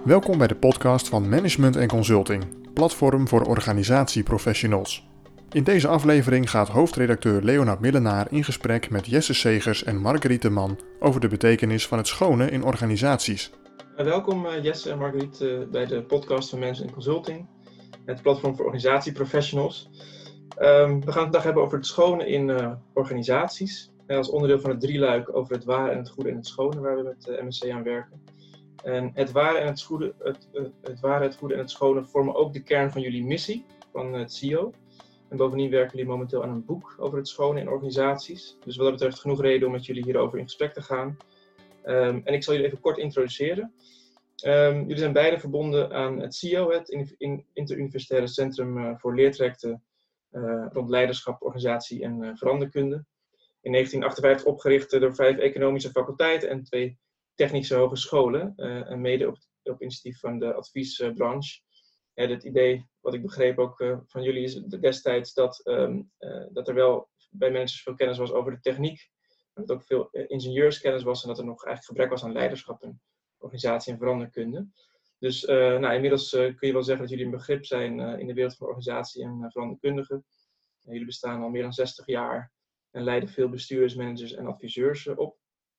Welkom bij de podcast van Management en Consulting, platform voor organisatieprofessionals. In deze aflevering gaat hoofdredacteur Leonard Millenaar in gesprek met Jesse Segers en Marguerite de Man over de betekenis van het schone in organisaties. Welkom Jesse en Marguerite bij de podcast van Management en Consulting, het platform voor organisatieprofessionals. We gaan het vandaag hebben over het schone in organisaties. Als onderdeel van het drieluik over het ware en het goede en het schone, waar we met de MSC aan werken. En het ware en het goede, het goede en het schone vormen ook de kern van jullie missie van het CIO. En bovendien werken jullie momenteel aan een boek over het schone in organisaties. Dus wat dat betreft genoeg reden om met jullie hierover in gesprek te gaan. En ik zal jullie even kort introduceren. Jullie zijn beide verbonden aan het CIO, het Interuniversitaire Centrum voor Leertrajecten rond leiderschap, organisatie en veranderkunde. In 1958 opgericht door 5 economische faculteiten en 2 technische hogescholen. En mede op initiatief van de adviesbranche. Het idee, wat ik begreep ook van jullie, is destijds dat er wel bij mensen veel kennis was over de techniek. Dat er ook veel ingenieurskennis was en dat er nog eigenlijk gebrek was aan leiderschap en organisatie en veranderkunde. Dus inmiddels kun je wel zeggen dat jullie een begrip zijn in de wereld van organisatie en veranderkundigen. Jullie bestaan al meer dan 60 jaar en leiden veel bestuurders, managers en adviseurs op.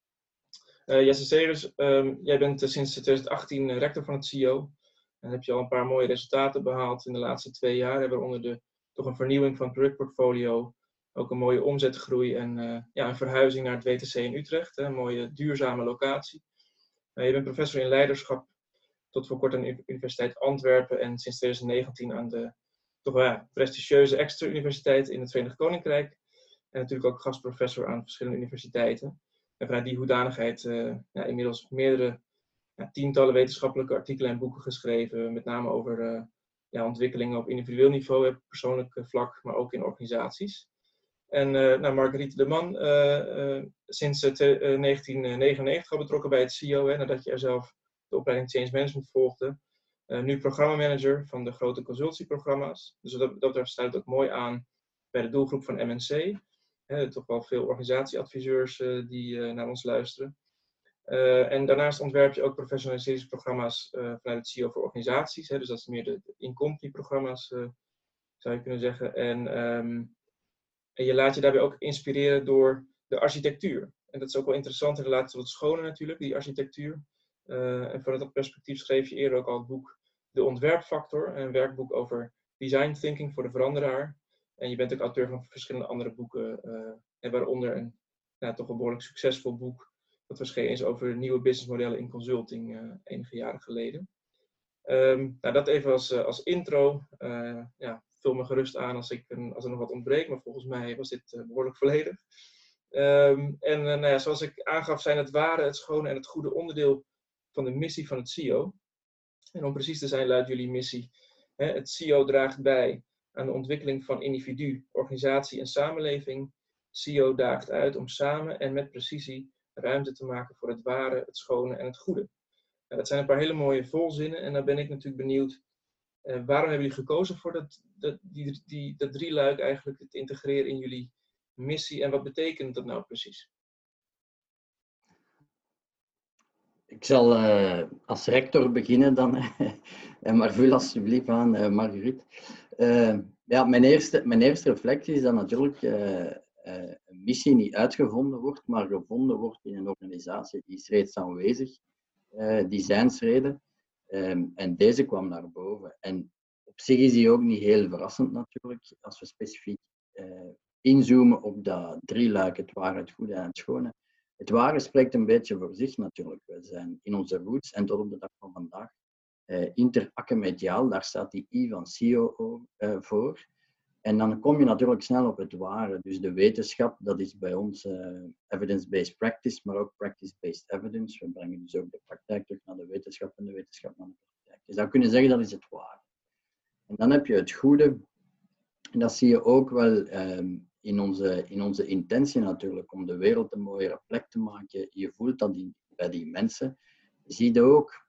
Jesse Segers, jij bent sinds 2018 rector van het CIO. En heb je al een paar mooie resultaten behaald in de laatste 2 jaar. Waaronder toch een vernieuwing van het productportfolio. Ook een mooie omzetgroei en een verhuizing naar het WTC in Utrecht. Een mooie duurzame locatie. Je bent professor in leiderschap tot voor kort aan de Universiteit Antwerpen. En sinds 2019 aan de prestigieuze Exeter Universiteit in het Verenigd Koninkrijk. En natuurlijk ook gastprofessor aan verschillende universiteiten. En vanuit die hoedanigheid inmiddels meerdere tientallen wetenschappelijke artikelen en boeken geschreven. Met name over ontwikkelingen op individueel niveau, op persoonlijk vlak, maar ook in organisaties. En Marguerite de Man, sinds 1999 al betrokken bij het CIO, nadat je er zelf de opleiding Change Management volgde. Nu programmamanager van de grote consultieprogramma's. Dus dat sluit ook mooi aan bij de doelgroep van MNC. Toch wel veel organisatieadviseurs die naar ons luisteren. En daarnaast ontwerp je ook professionaliseringsprogramma's vanuit het CIO voor organisaties. Dus dat is meer de in-company-programma's, zou je kunnen zeggen. En je laat je daarbij ook inspireren door de architectuur. En dat is ook wel interessant in relatie tot het schone natuurlijk, die architectuur. En vanuit dat perspectief schreef je eerder ook al het boek De Ontwerpfactor, een werkboek over design thinking voor de veranderaar. En je bent ook auteur van verschillende andere boeken, waaronder een toch een behoorlijk succesvol boek dat verschenen is over nieuwe businessmodellen in consulting enige jaren geleden. Dat even als intro. Vul me gerust aan als er nog wat ontbreekt, maar volgens mij was dit behoorlijk volledig. Zoals ik aangaf, zijn het ware, het schone en het goede onderdeel van de missie van het CIO. En om precies te zijn luidt jullie missie. Het CIO draagt bij aan de ontwikkeling van individu, organisatie en samenleving. CIO daagt uit om samen en met precisie ruimte te maken voor het ware, het schone en het goede. Dat zijn een paar hele mooie volzinnen en dan ben ik natuurlijk benieuwd. Waarom hebben jullie gekozen voor dat drieluik eigenlijk te integreren in jullie missie en wat betekent dat nou precies? Ik zal als rector beginnen dan, maar vul alsjeblieft aan, Marguerite. Mijn eerste reflectie is dat natuurlijk een missie niet uitgevonden wordt, maar gevonden wordt in een organisatie die is reeds aanwezig, die zijnsreden, en deze kwam naar boven. En op zich is die ook niet heel verrassend natuurlijk, als we specifiek inzoomen op dat drieluik, het ware, het goede en het schone. Het ware spreekt een beetje voor zich natuurlijk. We zijn in onze roots en tot op de dag van vandaag interacademiaal, daar staat die I van CIO voor. En dan kom je natuurlijk snel op het ware. Dus de wetenschap, dat is bij ons evidence-based practice, maar ook practice-based evidence. We brengen dus ook de praktijk terug naar de wetenschap en de wetenschap naar de praktijk. Je zou kunnen zeggen dat is het ware. En dan heb je het goede. En dat zie je ook wel in onze intentie natuurlijk, om de wereld een mooiere plek te maken. Je voelt dat bij die mensen. Je ziet ook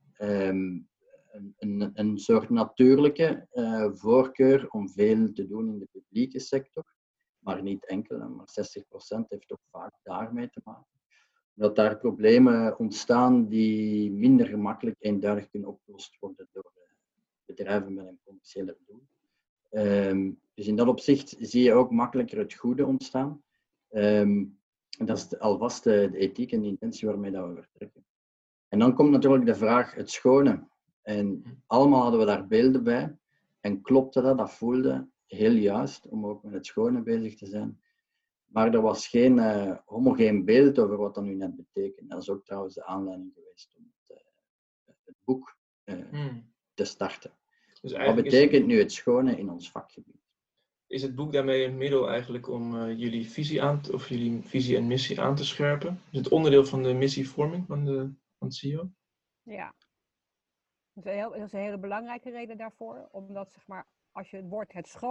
een soort natuurlijke voorkeur om veel te doen in de publieke sector. Maar niet enkel, maar 60% heeft ook vaak daarmee te maken. Dat daar problemen ontstaan die minder gemakkelijk eenduidig kunnen opgelost worden door bedrijven met een commerciëler doel. Dus in dat opzicht zie je ook makkelijker het goede ontstaan. Dat is alvast de ethiek en de intentie waarmee dat we vertrekken. En dan komt natuurlijk de vraag, het schone. En allemaal hadden we daar beelden bij. En klopte dat, dat voelde heel juist om ook met het schone bezig te zijn. Maar er was geen homogeen beeld over wat dat nu net betekent. Dat is ook trouwens de aanleiding geweest om het boek te starten. Dus wat betekent nu het schone in ons vakgebied? Is het boek daarmee een middel eigenlijk om jullie visie en missie aan te scherpen? Is het onderdeel van de missievorming van het CEO? Ja, dat is een hele belangrijke reden daarvoor. Omdat zeg maar, als je het woord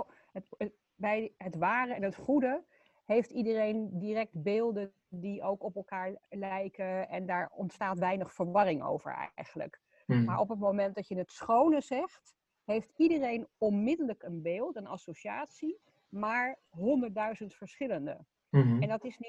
bij het ware en het goede heeft iedereen direct beelden die ook op elkaar lijken. En daar ontstaat weinig verwarring over eigenlijk. Maar op het moment dat je het schone zegt, heeft iedereen onmiddellijk een beeld, een associatie, maar 100.000 verschillende. En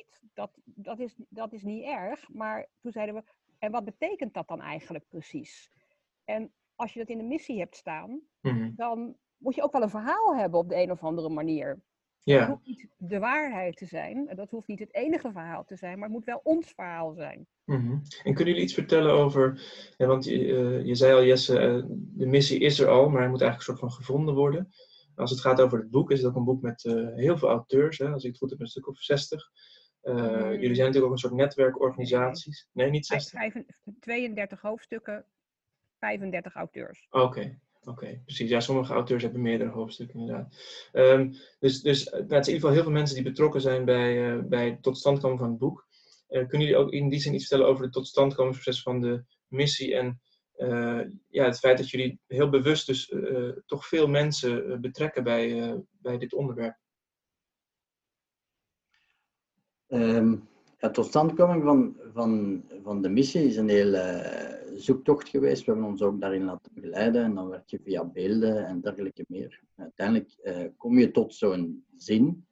dat is niet erg, maar toen zeiden we, en wat betekent dat dan eigenlijk precies? En als je dat in de missie hebt staan, dan moet je ook wel een verhaal hebben op de een of andere manier. Ja. Het hoeft niet de waarheid te zijn, dat hoeft niet het enige verhaal te zijn, maar het moet wel ons verhaal zijn. En kunnen jullie iets vertellen over, want je zei al Jesse, de missie is er al, maar hij moet eigenlijk een soort van gevonden worden. Als het gaat over het boek, is het ook een boek met heel veel auteurs, hè, als ik het goed heb, een stuk of 60. Jullie zijn natuurlijk ook een soort netwerkorganisaties. Nee, niet 60? 32 hoofdstukken, 35 auteurs. Oké, precies. Ja, sommige auteurs hebben meerdere hoofdstukken inderdaad. Dus het zijn in ieder geval heel veel mensen die betrokken zijn bij het tot stand komen van het boek. Kunnen jullie ook in die zin iets vertellen over het totstandkomingsproces van de missie en het feit dat jullie heel bewust dus toch veel mensen betrekken bij dit onderwerp? De totstandkoming van de missie is een hele zoektocht geweest. We hebben ons ook daarin laten begeleiden en dan werk je via beelden en dergelijke meer. Uiteindelijk kom je tot zo'n zin.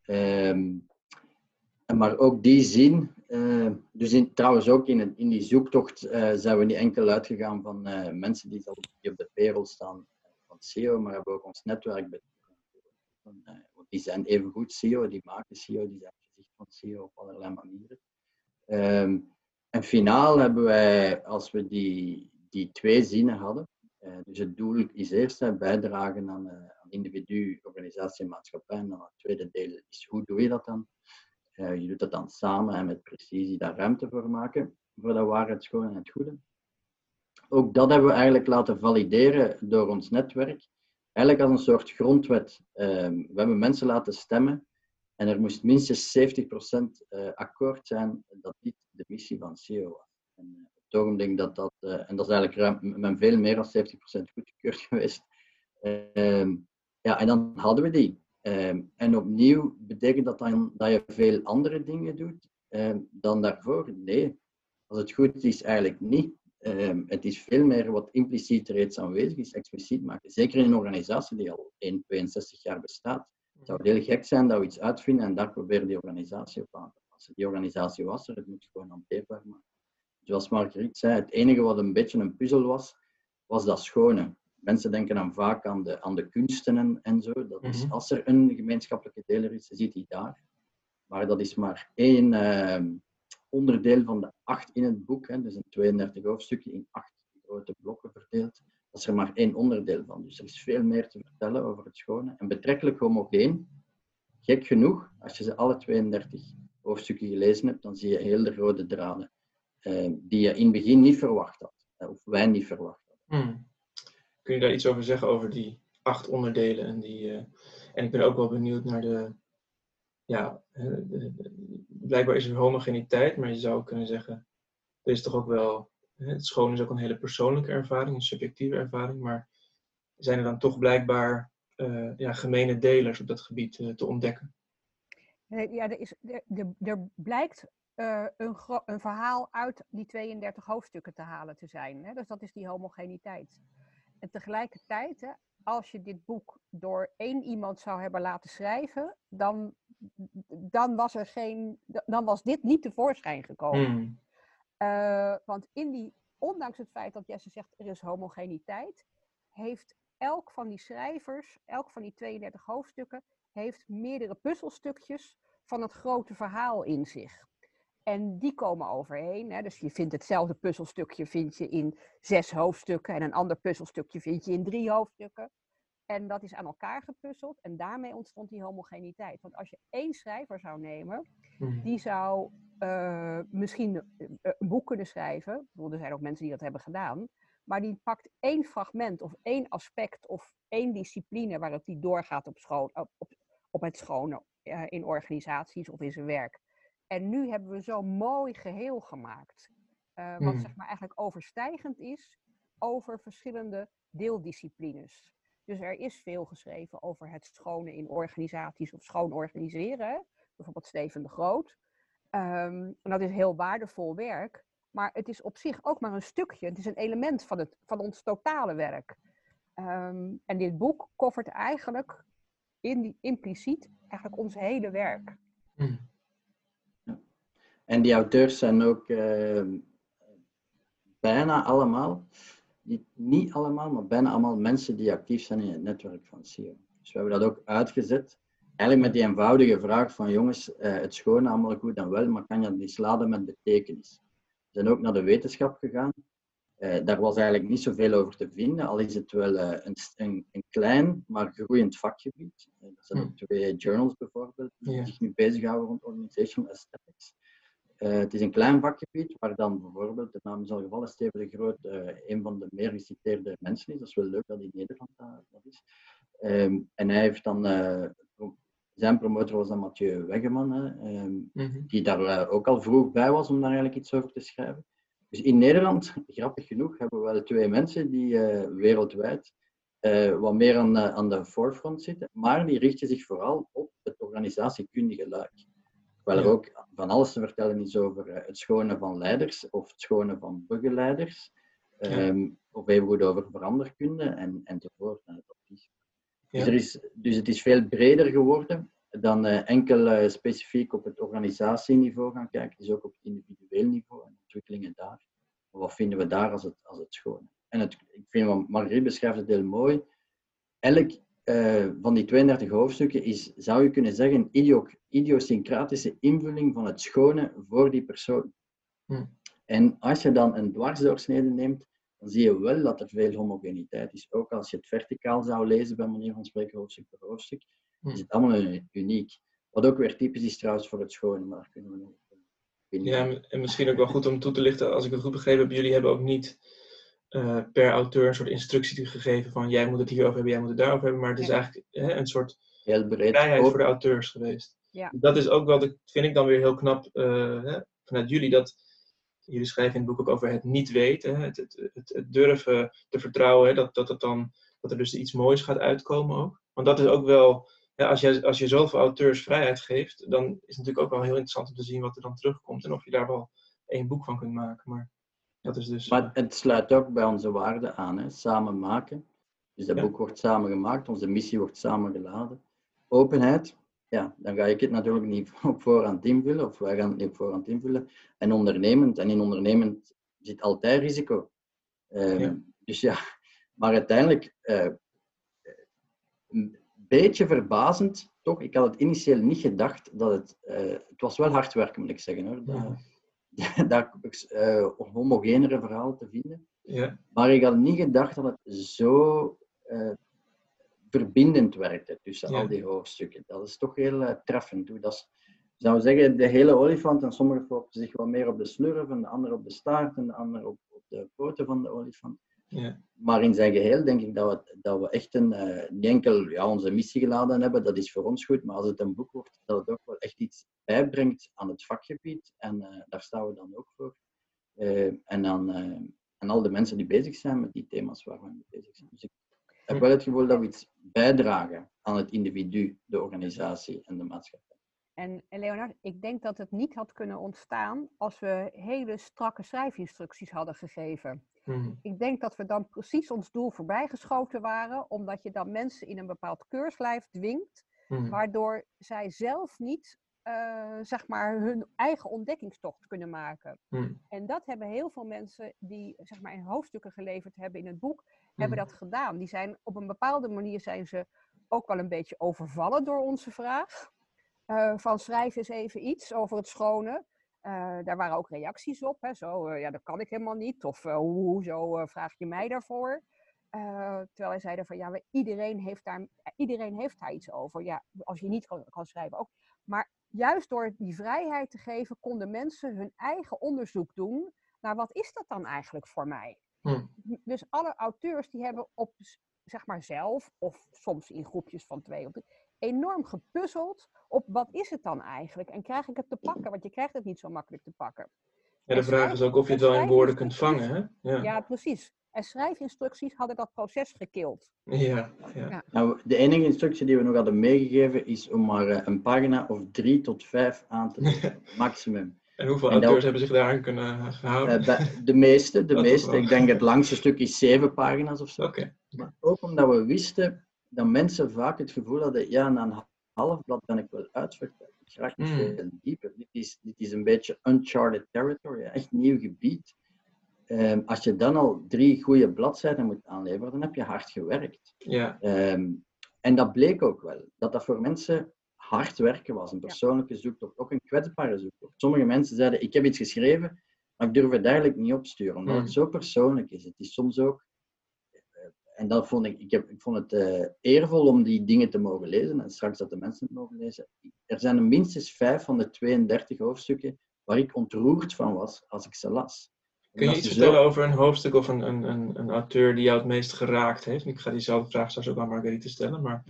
Maar ook die zin, trouwens ook in die zoektocht zijn we niet enkel uitgegaan van mensen die op de payroll staan van CEO, maar hebben ook ons netwerk betrokken. Want die zijn evengoed CEO, die maken CEO, die zijn gezicht van CEO op allerlei manieren. En finaal hebben wij, als we die twee zinnen hadden, dus het doel is eerst bijdragen aan individu, organisatie en maatschappij, en dan het tweede deel is hoe doe je dat dan? Je doet dat dan samen en met precisie daar ruimte voor maken, voor dat waarheid, schoon en het goede. Ook dat hebben we eigenlijk laten valideren door ons netwerk. Eigenlijk als een soort grondwet. We hebben mensen laten stemmen en er moest minstens 70% akkoord zijn dat dit de missie van CEO was. En op het ogenblik en dat is eigenlijk met veel meer dan 70% goedgekeurd geweest. En dan hadden we die. En opnieuw betekent dat dan dat je veel andere dingen doet dan daarvoor? Nee, als het goed is, eigenlijk niet. Het is veel meer wat impliciet reeds aanwezig is, expliciet maken. Zeker in een organisatie die al 62 jaar bestaat. Het zou heel gek zijn dat we iets uitvinden en daar proberen die organisatie op aan te passen. Die organisatie was er, het moet gewoon hanteerbaar maken. Zoals Marguerite zei, het enige wat een beetje een puzzel was dat schone. Mensen denken dan vaak aan de kunsten en zo. Dat is, als er een gemeenschappelijke deler is, zit die daar. Maar dat is maar één onderdeel van de 8 in het boek. Hè. Dus een 32 hoofdstukken in 8 grote blokken verdeeld. Dat is er maar één onderdeel van. Dus er is veel meer te vertellen over het schone. En betrekkelijk homogeen. Gek genoeg, als je ze alle 32 hoofdstukken gelezen hebt, dan zie je heel de rode draden. Die je in het begin niet verwacht had. Of wij niet verwacht hadden. Kun je daar iets over zeggen, over die 8 onderdelen? En ik ben ook wel benieuwd naar blijkbaar is er homogeniteit, maar je zou kunnen zeggen, er is toch ook wel, het schoon is ook een hele persoonlijke ervaring, een subjectieve ervaring, maar zijn er dan toch blijkbaar gemene delers op dat gebied te ontdekken? Ja, er blijkt een verhaal uit die 32 hoofdstukken te halen te zijn. Hè? Dus dat is die homogeniteit. En tegelijkertijd, als je dit boek door 1 iemand zou hebben laten schrijven, dan dan was dit niet tevoorschijn gekomen. Hmm. Want ondanks het feit dat Jesse zegt er is homogeniteit, heeft elk van die schrijvers, elk van die 32 hoofdstukken, heeft meerdere puzzelstukjes van het grote verhaal in zich. En die komen overheen. Hè? Dus je vindt hetzelfde puzzelstukje vind je in 6 hoofdstukken en een ander puzzelstukje vind je in 3 hoofdstukken. En dat is aan elkaar gepuzzeld en daarmee ontstond die homogeniteit. Want als je 1 schrijver zou nemen, die zou misschien een boek kunnen schrijven. Ik bedoel, er zijn ook mensen die dat hebben gedaan. Maar die pakt 1 fragment of 1 aspect of 1 discipline waarop die doorgaat op het schone in organisaties of in zijn werk. En nu hebben we zo'n mooi geheel gemaakt. Wat zeg maar eigenlijk overstijgend is over verschillende deeldisciplines. Dus er is veel geschreven over het schone in organisaties of schoon organiseren. Bijvoorbeeld Steven de Groot. En dat is heel waardevol werk. Maar het is op zich ook maar een stukje. Het is een element van ons totale werk. En dit boek covert eigenlijk impliciet eigenlijk ons hele werk. Ja. En die auteurs zijn ook bijna allemaal, niet allemaal, maar bijna allemaal mensen die actief zijn in het netwerk van SEO. Dus we hebben dat ook uitgezet. Eigenlijk met die eenvoudige vraag van jongens, het schone allemaal goed en wel, maar kan je dat niet laden met betekenis? We zijn ook naar de wetenschap gegaan. Daar was eigenlijk niet zoveel over te vinden, al is het wel een klein, maar groeiend vakgebied. Er zijn ook 2 journals bijvoorbeeld die zich nu bezighouden rond organizational aesthetics. Het is een klein vakgebied waar dan bijvoorbeeld, de naam is al gevallen, Steven de Groot een van de meer geciteerde mensen is. Dat is wel leuk dat in Nederland dat is. En hij heeft dan, zijn promotor was dan Mathieu Weggeman, die daar ook al vroeg bij was om daar eigenlijk iets over te schrijven. Dus in Nederland, grappig genoeg, hebben we wel 2 mensen die wereldwijd wat meer aan de forefront zitten, maar die richten zich vooral op het organisatiekundige luik. Terwijl er ook van alles te vertellen is over het schonen van leiders of het schonen van begeleiders, of evengoed over veranderkunde enzovoort. Ja. Dus het is veel breder geworden dan enkel specifiek op het organisatieniveau gaan kijken. Het is ook op het individueel niveau en ontwikkelingen daar. Maar wat vinden we daar als het schone? En ik vind, wat Margriet beschrijft het heel mooi. Elk van die 32 hoofdstukken is, zou je kunnen zeggen, een idiosyncratische invulling van het schone voor die persoon. En als je dan een dwarsdoorsnede neemt, dan zie je wel dat er veel homogeniteit is. Ook als je het verticaal zou lezen, bij manier van spreken, hoofdstuk per hoofdstuk, is het allemaal uniek. Wat ook weer typisch is trouwens voor het schone, maar daar kunnen we nog vinden. Ja, en misschien ook wel goed om toe te lichten, als ik het goed begrepen heb, jullie hebben ook niet per auteur een soort instructie gegeven van jij moet het hierover hebben, jij moet het daarover hebben, maar het is eigenlijk een soort heel breed vrijheid voor de auteurs geweest. Ja. Dat is ook wel, vind ik dan weer heel knap vanuit jullie, dat jullie schrijven in het boek ook over het niet weten, het durven te vertrouwen, dat er dus iets moois gaat uitkomen ook. Want dat is ook wel, als je zoveel auteurs vrijheid geeft, dan is het natuurlijk ook wel heel interessant om te zien wat er dan terugkomt en of je daar wel 1 boek van kunt maken. Maar dat is dus... Maar het sluit ook bij onze waarden aan, hè? Samen maken. Dus dat boek wordt samen gemaakt, onze missie wordt samen geladen. Openheid, ja, dan ga ik het natuurlijk niet op voorhand invullen, of wij gaan het niet op voorhand invullen. En in ondernemend zit altijd risico. Dus ja, maar uiteindelijk, een beetje verbazend, toch? Ik had het initieel niet gedacht dat het was wel hard werken, moet ik zeggen, hoor. Daar homogenere verhalen te vinden. Ja. Maar ik had niet gedacht dat het zo verbindend werkte tussen al die hoofdstukken. Dat is toch heel treffend. Dat is, ik zou zeggen, de hele olifant, en sommigen focussen zich wat meer op de slurf, en de anderen op de staart, en de anderen op de poten van de olifant. Ja. Maar in zijn geheel denk ik dat we echt niet enkel onze missie geladen hebben, dat is voor ons goed, maar als het een boek wordt, dat het ook wel echt iets bijbrengt aan het vakgebied. En daar staan we dan ook voor. En al de mensen die bezig zijn met die thema's waar we mee bezig zijn. Dus ik heb wel het gevoel dat we iets bijdragen aan het individu, de organisatie en de maatschappij. En Leonard, ik denk dat het niet had kunnen ontstaan als we hele strakke schrijfinstructies hadden gegeven. Ik denk dat we dan precies ons doel voorbijgeschoten waren, omdat je dan mensen in een bepaald keurslijf dwingt waardoor zij zelf niet zeg maar hun eigen ontdekkingstocht kunnen maken. En dat hebben heel veel mensen die zeg maar in hoofdstukken geleverd hebben in het boek, hebben dat gedaan. Die zijn op een bepaalde manier zijn ze ook wel een beetje overvallen door onze vraag. Van schrijf eens even iets over het schone. Daar waren ook reacties op. Hè, zo, ja, dat kan ik helemaal niet. Of hoezo vraag je mij daarvoor? Terwijl wij zeiden van ja, iedereen heeft daar iets over. Ja, als je niet kan schrijven ook. Maar juist door die vrijheid te geven, konden mensen hun eigen onderzoek doen naar wat is dat dan eigenlijk voor mij? Dus alle auteurs die hebben op zeg maar zelf, of soms in groepjes van 2 of 3, enorm gepuzzeld op wat is het dan eigenlijk? En krijg ik het te pakken? Want je krijgt het niet zo makkelijk te pakken. Ja, de vraag is ook of je het wel in woorden kunt vangen, hè? Ja, precies. En schrijfinstructies hadden dat proces gekild. Ja. Nou, de enige instructie die we nog hadden meegegeven is om maar een pagina of 3 tot 5 aan te leggen, maximum. En hoeveel auteurs hebben zich daaraan kunnen gehouden? De meeste. Wel. Ik denk het langste stuk is 7 pagina's of zo. Okay. Maar ook omdat we wisten dat mensen vaak het gevoel hadden, ja, na een half blad ben ik wel uitverteld. Ik raak niet veel dieper. Dit is een beetje uncharted territory, echt nieuw gebied. Als je dan al 3 goede bladzijden moet aanleveren, dan heb je hard gewerkt. Ja. En dat bleek ook wel. Dat voor mensen hard werken was. Een persoonlijke zoektocht, ook een kwetsbare zoektocht. Sommige mensen zeiden, ik heb iets geschreven, maar ik durf het eigenlijk niet opsturen, omdat het zo persoonlijk is. Het is soms ook... En dat vond ik vond het eervol om die dingen te mogen lezen, en straks dat de mensen het mogen lezen. Er zijn er minstens 5 van de 32 hoofdstukken waar ik ontroerd van was als ik ze las. Kun je iets vertellen over een hoofdstuk of een auteur die jou het meest geraakt heeft? Ik ga diezelfde vraag straks ook aan Marguerite stellen, maar...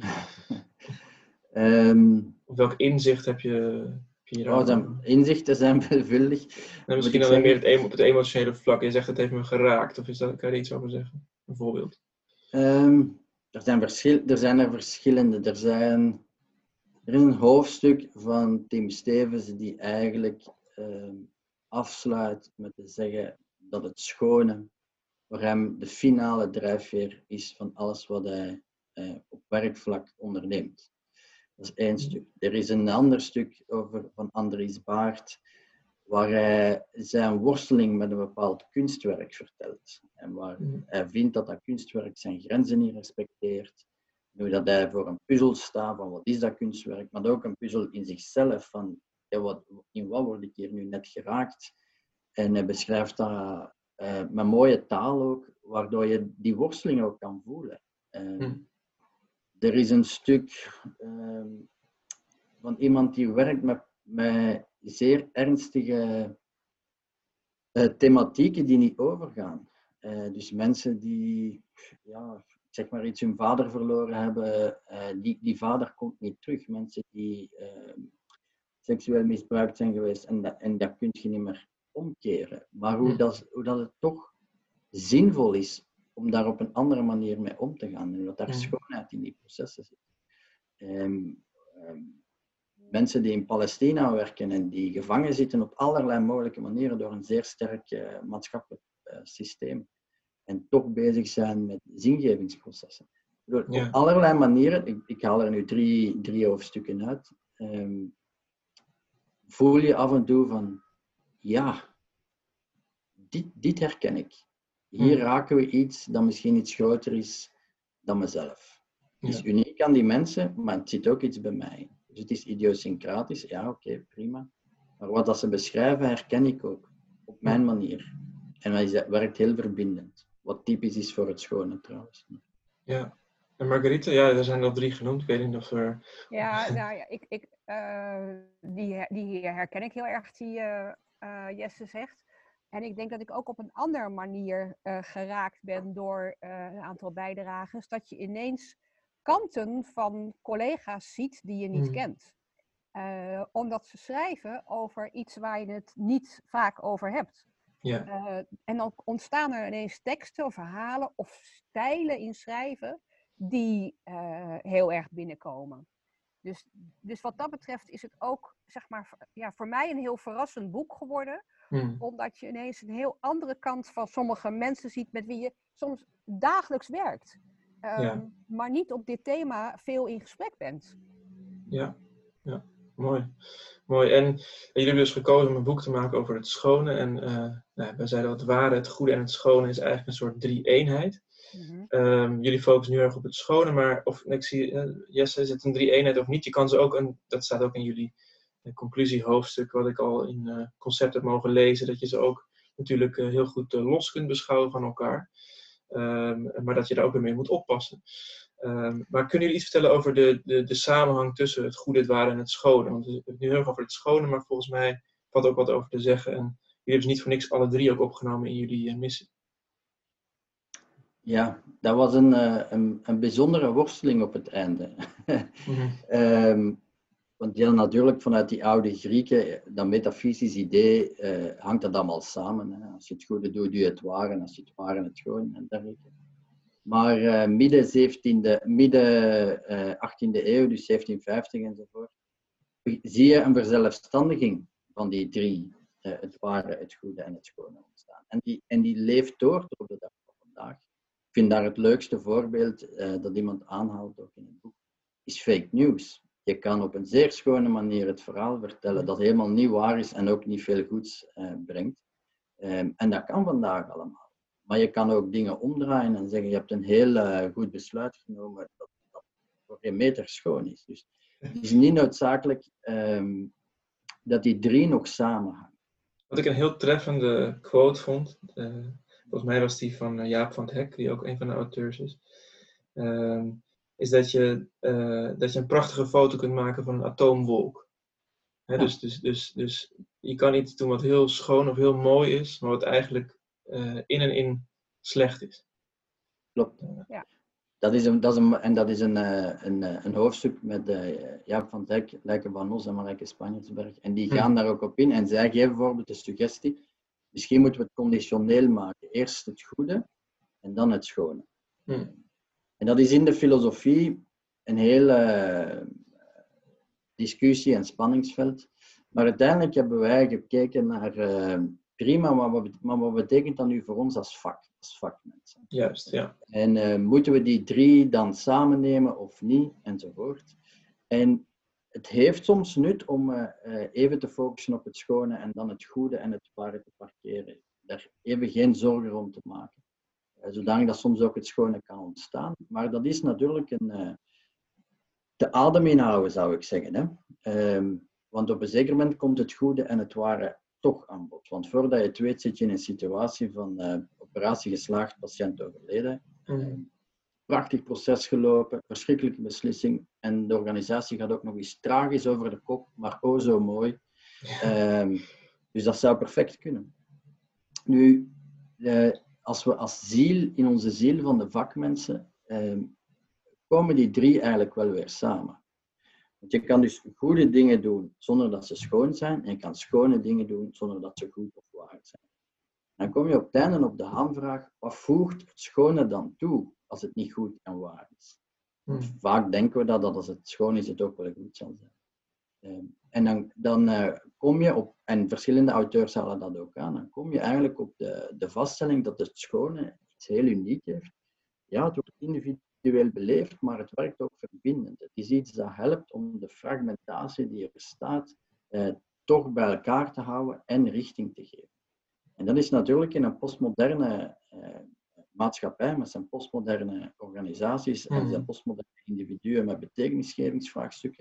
welk inzicht heb je hier? Inzichten zijn veelvuldig. En misschien dan meer op het emotionele vlak. Je zegt het heeft me geraakt, of kan je er iets over zeggen? Een voorbeeld. Er zijn er verschillende. Er is een hoofdstuk van Tim Stevens die eigenlijk afsluit met te zeggen dat het schone voor hem de finale drijfveer is van alles wat hij op werkvlak onderneemt. Dat is 1 stuk. Er is een ander stuk van Andries Baart, waar hij zijn worsteling met een bepaald kunstwerk vertelt. En waar hij vindt dat dat kunstwerk zijn grenzen niet respecteert. Nu dat hij voor een puzzel staat van wat is dat kunstwerk, maar ook een puzzel in zichzelf van in wat word ik hier nu net geraakt. En hij beschrijft dat met mooie taal ook, waardoor je die worsteling ook kan voelen. Er is een stuk van iemand die werkt met zeer ernstige thematieken die niet overgaan. Dus mensen die, zeg maar iets, hun vader verloren hebben, die vader komt niet terug. Mensen die seksueel misbruikt zijn geweest en dat kun je niet meer omkeren. Maar hoe dat het toch zinvol is om daar op een andere manier mee om te gaan. En dat daar schoonheid in die processen zit. Mensen die in Palestina werken en die gevangen zitten op allerlei mogelijke manieren door een zeer sterk maatschappelijk systeem. En toch bezig zijn met zingevingsprocessen. Op allerlei manieren, ik haal er nu drie hoofdstukken uit, voel je af en toe van, ja, dit herken ik. Hier raken we iets dat misschien iets groter is dan mezelf. Het is uniek aan die mensen, maar het zit ook iets bij mij. Dus het is idiosyncratisch, ja, oké, prima. Maar wat dat ze beschrijven, herken ik ook. Op mijn manier. En dat werkt heel verbindend. Wat typisch is voor het schone, trouwens. Ja. En Marguerite, er zijn er 3 genoemd. Ik weet niet of er... Ja, nou ja, die herken ik heel erg, die Jesse zegt. En ik denk dat ik ook op een andere manier geraakt ben door een aantal bijdragers. Dat je ineens kanten van collega's ziet die je niet kent. Omdat ze schrijven over iets waar je het niet vaak over hebt. Ja. En dan ontstaan er ineens teksten of verhalen of stijlen in schrijven die heel erg binnenkomen. Dus wat dat betreft is het ook, zeg maar, voor mij een heel verrassend boek geworden. Omdat je ineens een heel andere kant van sommige mensen ziet met wie je soms dagelijks werkt. Maar niet op dit thema veel in gesprek bent. Ja, mooi. Mooi. En jullie hebben dus gekozen om een boek te maken over het schone. En wij zeiden dat het ware, het goede en het schone is eigenlijk een soort drie-eenheid. Jullie focussen nu erg op het schone, maar of ik zie, Jesse, is het een drie-eenheid of niet? Je kan ze ook, dat staat ook in jullie conclusiehoofdstuk, wat ik al in concept heb mogen lezen, dat je ze ook natuurlijk heel goed los kunt beschouwen van elkaar. Maar dat je daar ook weer mee moet oppassen. Maar kunnen jullie iets vertellen over de samenhang tussen het goede, het ware en het schone? Want we hebben het nu heel erg over het schone, maar volgens mij valt ook wat over te zeggen. En jullie hebben dus niet voor niks alle drie ook opgenomen in jullie missie. Ja, dat was een bijzondere worsteling op het einde. Want heel natuurlijk vanuit die oude Grieken, dat metafysisch idee, hangt dat allemaal samen. Hè. Als je het goede doet, doe je het ware. En als je het ware, het gewoon en dergelijke. Maar midden 18e eeuw, dus 1750 enzovoort, zie je een verzelfstandiging van die drie, het ware, het goede en het schone ontstaan. En die leeft door tot de dag van vandaag. Ik vind daar het leukste voorbeeld dat iemand aanhaalt, ook in het boek, is fake news. Je kan op een zeer schone manier het verhaal vertellen dat helemaal niet waar is en ook niet veel goeds brengt. En dat kan vandaag allemaal. Maar je kan ook dingen omdraaien en zeggen, je hebt een heel goed besluit genomen dat voor geen meter schoon is. Dus het is niet noodzakelijk dat die drie nog samenhangen. Wat ik een heel treffende quote vond, volgens mij was die van Jaap van 't Hek, die ook een van de auteurs is, is dat je een prachtige foto kunt maken van een atoomwolk. Hè, ja. Dus je kan iets doen wat heel schoon of heel mooi is, maar wat eigenlijk in en in slecht is. Klopt. Ja. Dat is een hoofdstuk met Jaap van 't Hek, Lijken van Os en Marijke Spanjersberg. En die gaan daar ook op in. En zij geven bijvoorbeeld de suggestie, misschien moeten we het conditioneel maken. Eerst het goede en dan het schone. En dat is in de filosofie een hele discussie en spanningsveld. Maar uiteindelijk hebben wij gekeken naar prima, maar wat betekent dat nu voor ons als vakmensen? Juist, ja. En moeten we die drie dan samen nemen of niet, enzovoort. En het heeft soms nut om even te focussen op het schone en dan het goede en het ware te parkeren. Daar even geen zorgen om te maken. Zodanig dat soms ook het schone kan ontstaan. Maar dat is natuurlijk de adem inhouden, zou ik zeggen. Hè? Want op een zeker moment komt het goede en het ware toch aan bod. Want voordat je het weet zit je in een situatie van operatie geslaagd, patiënt overleden. Prachtig proces gelopen, verschrikkelijke beslissing. En de organisatie gaat ook nog eens tragisch over de kop, maar oh zo mooi. Dus dat zou perfect kunnen. Nu, als we als ziel, in onze ziel van de vakmensen, komen die drie eigenlijk wel weer samen. Want je kan dus goede dingen doen zonder dat ze schoon zijn, en je kan schone dingen doen zonder dat ze goed of waar zijn. Dan kom je op het einde op de hamvraag, wat voegt het schone dan toe als het niet goed en waar is? Want vaak denken we dat als het schoon is, het ook wel goed zal zijn. En dan kom je op, en verschillende auteurs halen dat ook aan, dan kom je eigenlijk op de vaststelling dat het schone iets heel uniek heeft. Ja, het wordt individueel beleefd, maar het werkt ook verbindend. Het is iets dat helpt om de fragmentatie die er bestaat toch bij elkaar te houden en richting te geven. En dat is natuurlijk in een postmoderne maatschappij, met zijn postmoderne organisaties en zijn postmoderne individuen met betekenisgevingsvraagstukken,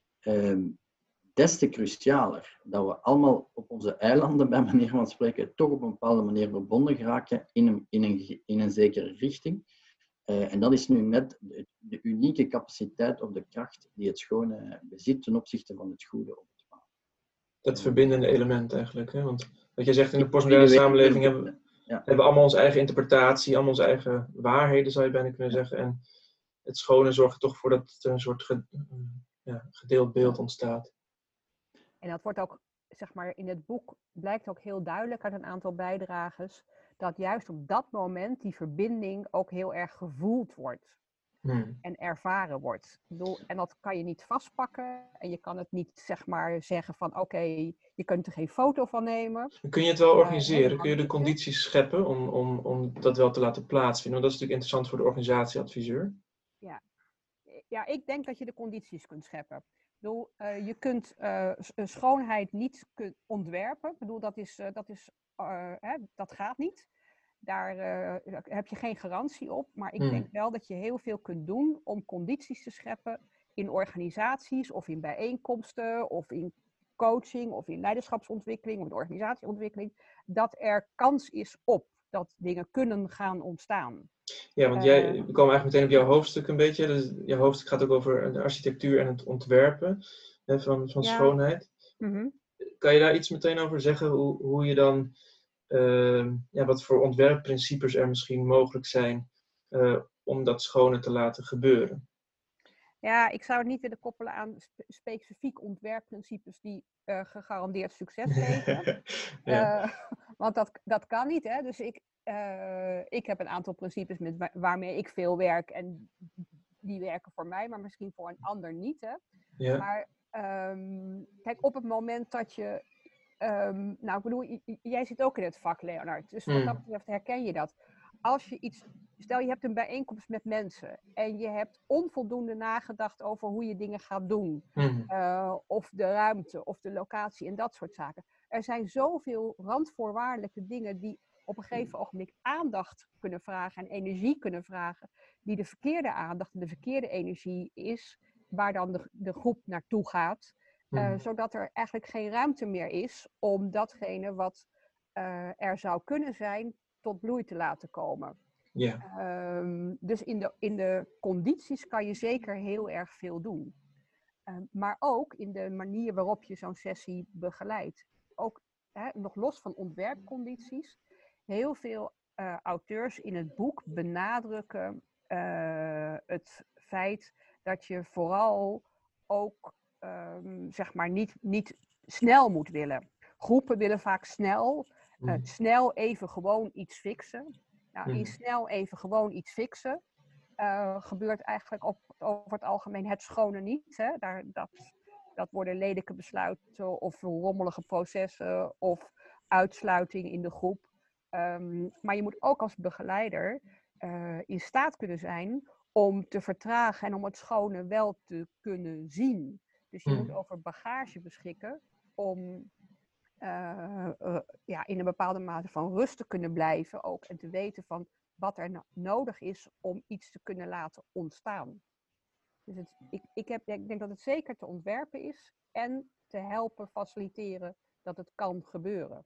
des te crucialer dat we allemaal op onze eilanden, bij manier van spreken, toch op een bepaalde manier verbonden geraken in een zekere richting. En dat is nu net de unieke capaciteit of de kracht die het schone bezit ten opzichte van het goede of het ware. Dat verbindende element eigenlijk. Hè? Want wat jij zegt, in de postmoderne samenleving hebben we allemaal onze eigen interpretatie, allemaal onze eigen waarheden, zou je bijna kunnen zeggen. En het schone zorgt er toch voor dat er een soort gedeeld beeld ontstaat. En dat wordt ook, zeg maar, in het boek blijkt ook heel duidelijk uit een aantal bijdrages, dat juist op dat moment die verbinding ook heel erg gevoeld wordt. En ervaren wordt. Ik bedoel, en dat kan je niet vastpakken. En je kan het niet, zeg maar, zeggen van oké, je kunt er geen foto van nemen. Kun je het wel organiseren? Kun je de condities scheppen om dat wel te laten plaatsvinden? Want dat is natuurlijk interessant voor de organisatieadviseur. Ja, ik denk dat je de condities kunt scheppen. bedoel, je kunt schoonheid niet ontwerpen. Ik bedoel, dat gaat niet. Daar heb je geen garantie op. Maar ik denk wel dat je heel veel kunt doen om condities te scheppen in organisaties of in bijeenkomsten of in coaching of in leiderschapsontwikkeling of in organisatieontwikkeling. Dat er kans is op dat dingen kunnen gaan ontstaan. Ja, want we komen eigenlijk meteen op jouw hoofdstuk een beetje. Dus jouw hoofdstuk gaat ook over de architectuur en het ontwerpen van schoonheid. Mm-hmm. Kan je daar iets meteen over zeggen? Hoe je dan, wat voor ontwerpprincipes er misschien mogelijk zijn om dat schone te laten gebeuren? Ja, ik zou het niet willen koppelen aan specifiek ontwerpprincipes die gegarandeerd succes geven. Want dat kan niet. Hè? Dus ik heb een aantal principes waarmee ik veel werk en die werken voor mij, maar misschien voor een ander niet. Hè? Ja. Maar kijk, op het moment dat je... nou, ik bedoel, jij zit ook in het vak, Leonard. Dus wat dat betreft herken je dat. Als je iets... Stel, je hebt een bijeenkomst met mensen en je hebt onvoldoende nagedacht over hoe je dingen gaat doen. Of de ruimte, of de locatie en dat soort zaken. Er zijn zoveel randvoorwaardelijke dingen die op een gegeven ogenblik aandacht kunnen vragen en energie kunnen vragen, die de verkeerde aandacht en de verkeerde energie is, waar dan de groep naartoe gaat. Zodat er eigenlijk geen ruimte meer is om datgene wat er zou kunnen zijn tot bloei te laten komen. Yeah. Dus in de condities kan je zeker heel erg veel doen. Maar ook in de manier waarop je zo'n sessie begeleidt. Ook nog los van ontwerpcondities. Heel veel auteurs in het boek benadrukken het feit dat je vooral ook zeg maar niet snel moet willen. Groepen willen vaak snel even gewoon iets fixen. Nou, in snel even gewoon iets fixen gebeurt eigenlijk over het algemeen het schone niet. Hè? Dat worden lelijke besluiten of rommelige processen of uitsluiting in de groep. Maar je moet ook als begeleider in staat kunnen zijn om te vertragen en om het schone wel te kunnen zien. Dus je moet over bagage beschikken om in een bepaalde mate van rust te kunnen blijven ook. En te weten van wat er nodig is om iets te kunnen laten ontstaan. Dus ik denk dat het zeker te ontwerpen is en te helpen faciliteren dat het kan gebeuren.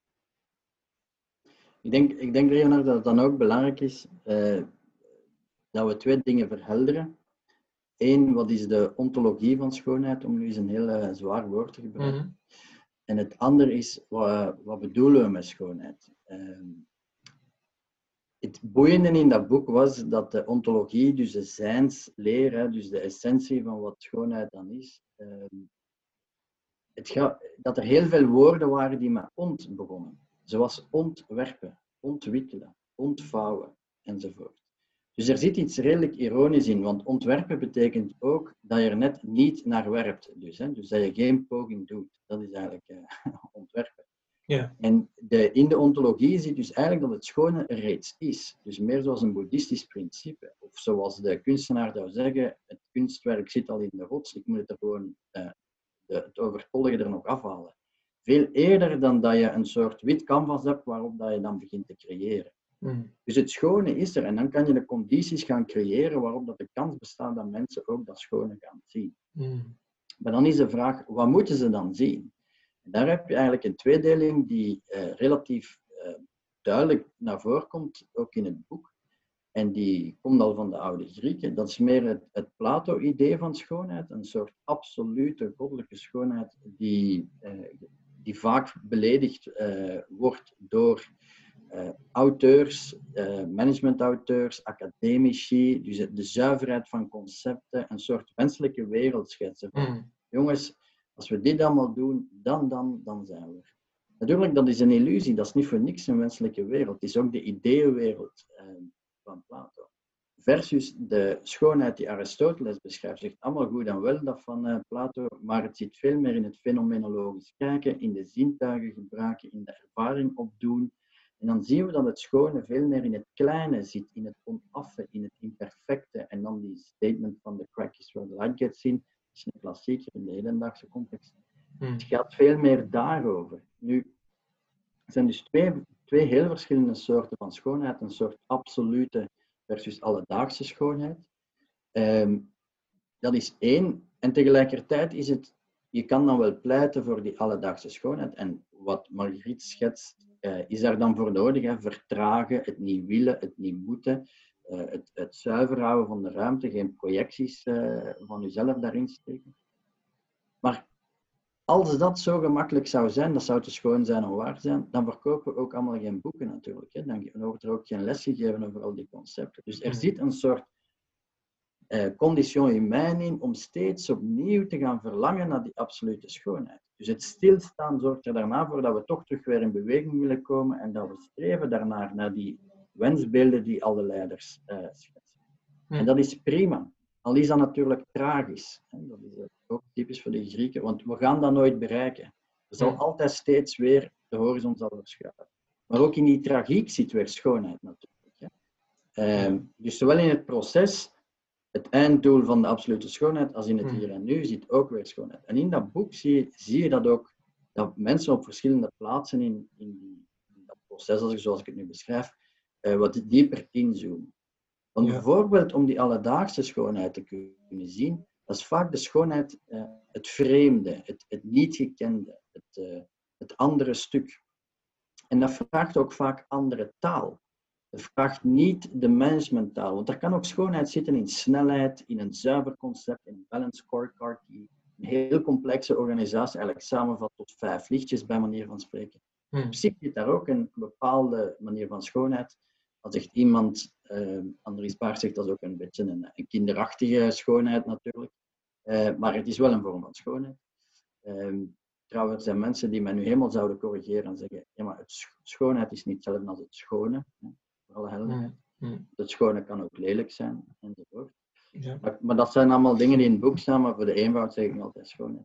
Ik denk Leonard, dat het dan ook belangrijk is dat we twee dingen verhelderen. Eén, wat is de ontologie van schoonheid, om nu eens een heel zwaar woord te gebruiken. En het andere is, wat bedoelen we met schoonheid? Het boeiende in dat boek was dat de ontologie, dus de zijnsleer, dus de essentie van wat schoonheid dan is, dat er heel veel woorden waren die met ont begonnen. Zoals ontwerpen, ontwikkelen, ontvouwen, enzovoort. Dus er zit iets redelijk ironisch in, want ontwerpen betekent ook dat je er net niet naar werpt. Dus dat je geen poging doet. Dat is eigenlijk ontwerpen. Yeah. En in de ontologie zit dus eigenlijk dat het schone er reeds is. Dus meer zoals een boeddhistisch principe. Of zoals de kunstenaar zou zeggen, het kunstwerk zit al in de rots, ik moet het er gewoon, het overtollige er nog afhalen. Veel eerder dan dat je een soort wit canvas hebt waarop dat je dan begint te creëren. Dus het schone is er en dan kan je de condities gaan creëren waarop dat de kans bestaat dat mensen ook dat schone gaan zien. Maar dan is de vraag, wat moeten ze dan zien? En daar heb je eigenlijk een tweedeling die relatief duidelijk naar voren komt, ook in het boek. En die komt al van de oude Grieken. Dat is meer het Plato-idee van schoonheid, een soort absolute goddelijke schoonheid die vaak beledigd wordt door auteurs, managementauteurs, academici, dus de zuiverheid van concepten, een soort wenselijke wereld schetsen. Jongens, als we dit allemaal doen, dan zijn we er. Natuurlijk, dat is een illusie, dat is niet voor niks een wenselijke wereld. Het is ook de ideeënwereld van Plato. Versus de schoonheid die Aristoteles beschrijft, zegt allemaal goed en wel dat van Plato, maar het zit veel meer in het fenomenologisch kijken, in de zintuigen gebruiken, in de ervaring opdoen. En dan zien we dat het schone veel meer in het kleine zit, in het onaffe, in het imperfecte. En dan die statement van the crack is where the light gets in, is een klassieker in de hedendaagse context. Hmm. Het gaat veel meer daarover. Nu, er zijn dus twee heel verschillende soorten van schoonheid. Een soort absolute versus alledaagse schoonheid. Dat is één. En tegelijkertijd is het, je kan dan wel pleiten voor die alledaagse schoonheid. En wat Marguerite schetst, is daar dan voor nodig. Hè? Vertragen, het niet willen, het niet moeten. Het zuiver houden van de ruimte, geen projecties van jezelf daarin steken. Maar als dat zo gemakkelijk zou zijn, dat zou te schoon zijn en waar zijn, dan verkopen we ook allemaal geen boeken natuurlijk. Hè. Dan wordt er ook geen les gegeven over al die concepten. Dus er zit een soort condition humain in om steeds opnieuw te gaan verlangen naar die absolute schoonheid. Dus het stilstaan zorgt er daarna voor dat we toch terug weer in beweging willen komen en dat we streven daarnaar, naar die wensbeelden die alle leiders schetsen. En dat is prima. Al is dat natuurlijk tragisch. Hè? Dat is ook typisch voor de Grieken, want we gaan dat nooit bereiken. Er zal altijd steeds weer de horizon zal verschuiven. Maar ook in die tragiek zit weer schoonheid natuurlijk. Hè? Dus zowel in het proces, het einddoel van de absolute schoonheid, als in het hier en nu zit ook weer schoonheid. En in dat boek zie je dat ook, dat mensen op verschillende plaatsen in dat proces, zoals ik het nu beschrijf, wat dieper inzoomen. Want bijvoorbeeld om die alledaagse schoonheid te kunnen zien, dat is vaak de schoonheid, het vreemde, het niet gekende, het andere stuk. En dat vraagt ook vaak andere taal. Het vraagt niet de managementtaal, want er kan ook schoonheid zitten in snelheid, in een zuiver concept, in een balance scorecard, die een heel complexe organisatie eigenlijk samenvat tot 5 lichtjes, bij manier van spreken. Op zich zit daar ook een bepaalde manier van schoonheid. Als echt iemand, Andries Baar zegt dat is ook een beetje een kinderachtige schoonheid natuurlijk, maar het is wel een vorm van schoonheid. Trouwens, er zijn mensen die mij nu helemaal zouden corrigeren en zeggen, ja, maar schoonheid is niet hetzelfde als het schone, hè, voor alle helderheid. Het schone kan ook lelijk zijn, enzovoort. Ja. Maar dat zijn allemaal dingen die in het boek staan, maar voor de eenvoud zeg ik altijd schoonheid.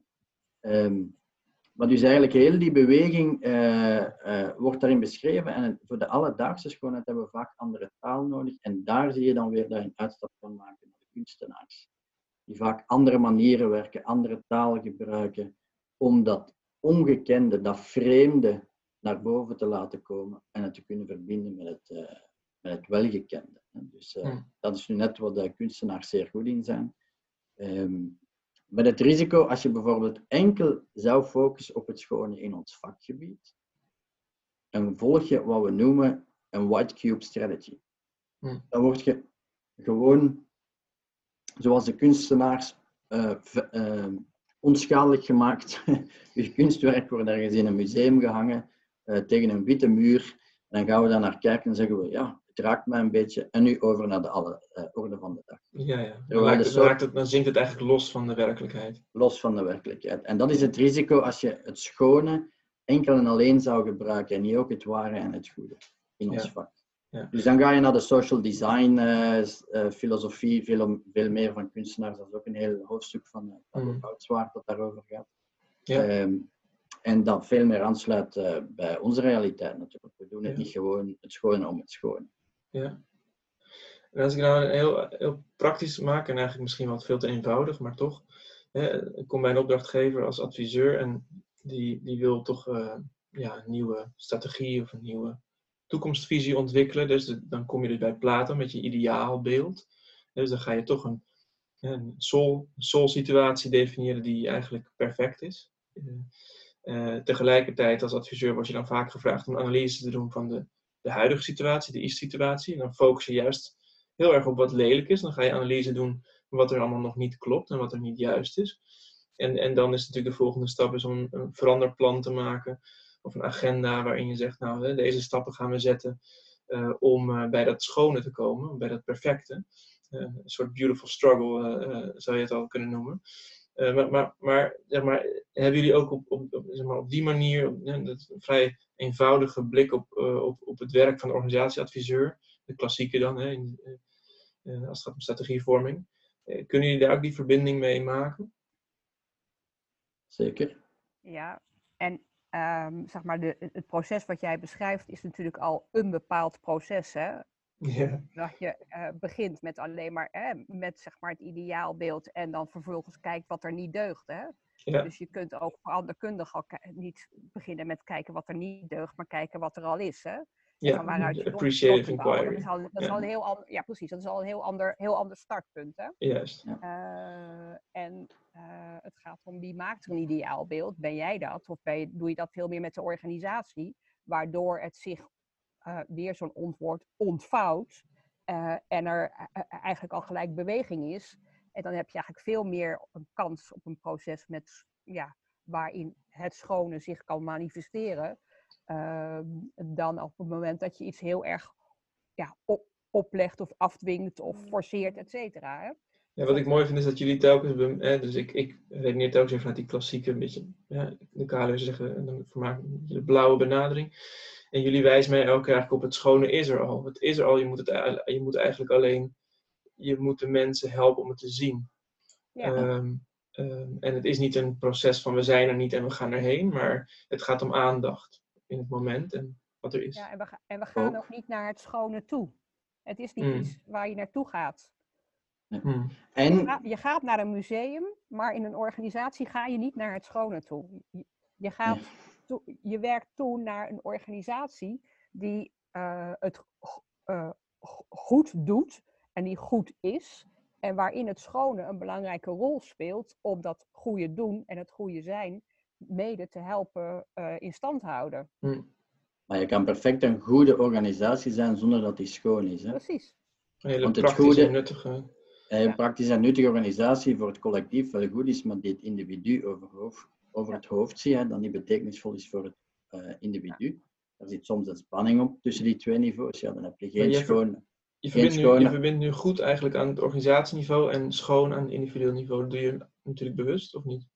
Maar dus eigenlijk heel die beweging wordt daarin beschreven en voor de alledaagse schoonheid hebben we vaak andere taal nodig en daar zie je dan weer dat je een uitstap kan maken naar de kunstenaars. Die vaak andere manieren werken, andere taal gebruiken om dat ongekende, dat vreemde naar boven te laten komen en het te kunnen verbinden met het welgekende. Dus dat is nu net wat de kunstenaars zeer goed in zijn. Met het risico, als je bijvoorbeeld enkel zou focussen op het schone in ons vakgebied, dan volg je wat we noemen een white cube strategy. Dan word je gewoon, zoals de kunstenaars, onschadelijk gemaakt. Je kunstwerk wordt ergens in een museum gehangen, tegen een witte muur. En dan gaan we daar naar kijken en zeggen we, ja, het raakt mij een beetje. En nu over naar de orde van de dag. Dan zinkt het eigenlijk los van de werkelijkheid. Los van de werkelijkheid. En dat is het risico als je het schone enkel en alleen zou gebruiken en niet ook het ware en het goede in ons vak. Ja. Dus dan ga je naar de social design filosofie, veel meer van kunstenaars. Dat is ook een heel hoofdstuk van Houtswaard dat daarover gaat. Ja. En dat veel meer aansluit bij onze realiteit natuurlijk. We doen het niet gewoon het schone om het schone. Ja. En als ik nou heel praktisch maak, en eigenlijk misschien wat veel te eenvoudig, maar toch. Ik kom bij een opdrachtgever als adviseur en die wil toch een nieuwe strategie of een nieuwe toekomstvisie ontwikkelen. Dus dan kom je dus bij Plato met je ideaalbeeld. Dus dan ga je toch een soul-situatie definiëren die eigenlijk perfect is. Tegelijkertijd als adviseur word je dan vaak gevraagd om een analyse te doen van de huidige situatie, de is-situatie. En dan focus je juist heel erg op wat lelijk is. Dan ga je analyse doen van wat er allemaal nog niet klopt en wat er niet juist is. En dan is natuurlijk de volgende stap is om een veranderplan te maken. Of een agenda waarin je zegt, nou, deze stappen gaan we zetten om bij dat schone te komen, bij dat perfecte. Een soort beautiful struggle zou je het al kunnen noemen. Maar hebben jullie ook op die manier, dat vrij eenvoudige blik op het werk van de organisatieadviseur, de klassieke dan, als het gaat om strategievorming, kunnen jullie daar ook die verbinding mee maken? Zeker. Ja, en zeg maar het proces wat jij beschrijft is natuurlijk al een bepaald proces, hè? Ja. Dat je begint met alleen maar, met zeg maar het ideaalbeeld en dan vervolgens kijkt wat er niet deugt. Hè? Ja. Dus je kunt ook veranderkundig al niet beginnen met kijken wat er niet deugt, maar kijken wat er al is. Hè? En van waaruit je door appreciative te bouwen. inquiry. Dat is al een heel ander, ja, precies. Dat is al een heel ander startpunt. Hè? Juist. Het gaat om wie maakt er een ideaalbeeld. Ben jij dat? Of doe je dat veel meer met de organisatie? Waardoor het zich weer zo'n ontwoord ontvouwt. En er eigenlijk al gelijk beweging is. En dan heb je eigenlijk veel meer een kans op een proces waarin het schone zich kan manifesteren. Dan op het moment dat je iets heel erg oplegt of afdwingt of forceert, et cetera. Hè? Ja, wat ik mooi vind is dat jullie telkens, dus ik redeneer telkens even vanuit die klassieke, een beetje, de KL'ers zeggen, dan vermaak de blauwe benadering. En jullie wijzen mij elke keer eigenlijk op het schone is er al. Het is er al, je moet eigenlijk alleen, je moet de mensen helpen om het te zien. Ja. En het is niet een proces van we zijn er niet en we gaan erheen, maar het gaat om aandacht in het moment en wat er is. Ja, en we gaan ook niet naar het schone toe. Het is niet iets waar je naartoe gaat. En Je gaat naar een museum, maar in een organisatie ga je niet naar het schone toe. Je werkt toe naar een organisatie die het goed doet en die goed is. En waarin het schone een belangrijke rol speelt om dat goede doen en het goede zijn mede te helpen in stand houden. Maar je kan perfect een goede organisatie zijn zonder dat die schoon is. Hè? Precies. Een hele Want praktische en nuttige... Een praktische en nuttige organisatie voor het collectief wel goed is, maar die het individu over het hoofd ziet, dat niet betekenisvol is voor het individu. Daar zit soms een spanning op tussen die twee niveaus. Ja, dan heb je geen schone... Je verbindt nu goed eigenlijk aan het organisatieniveau en schoon aan het individueel niveau. Dat doe je natuurlijk bewust, of niet?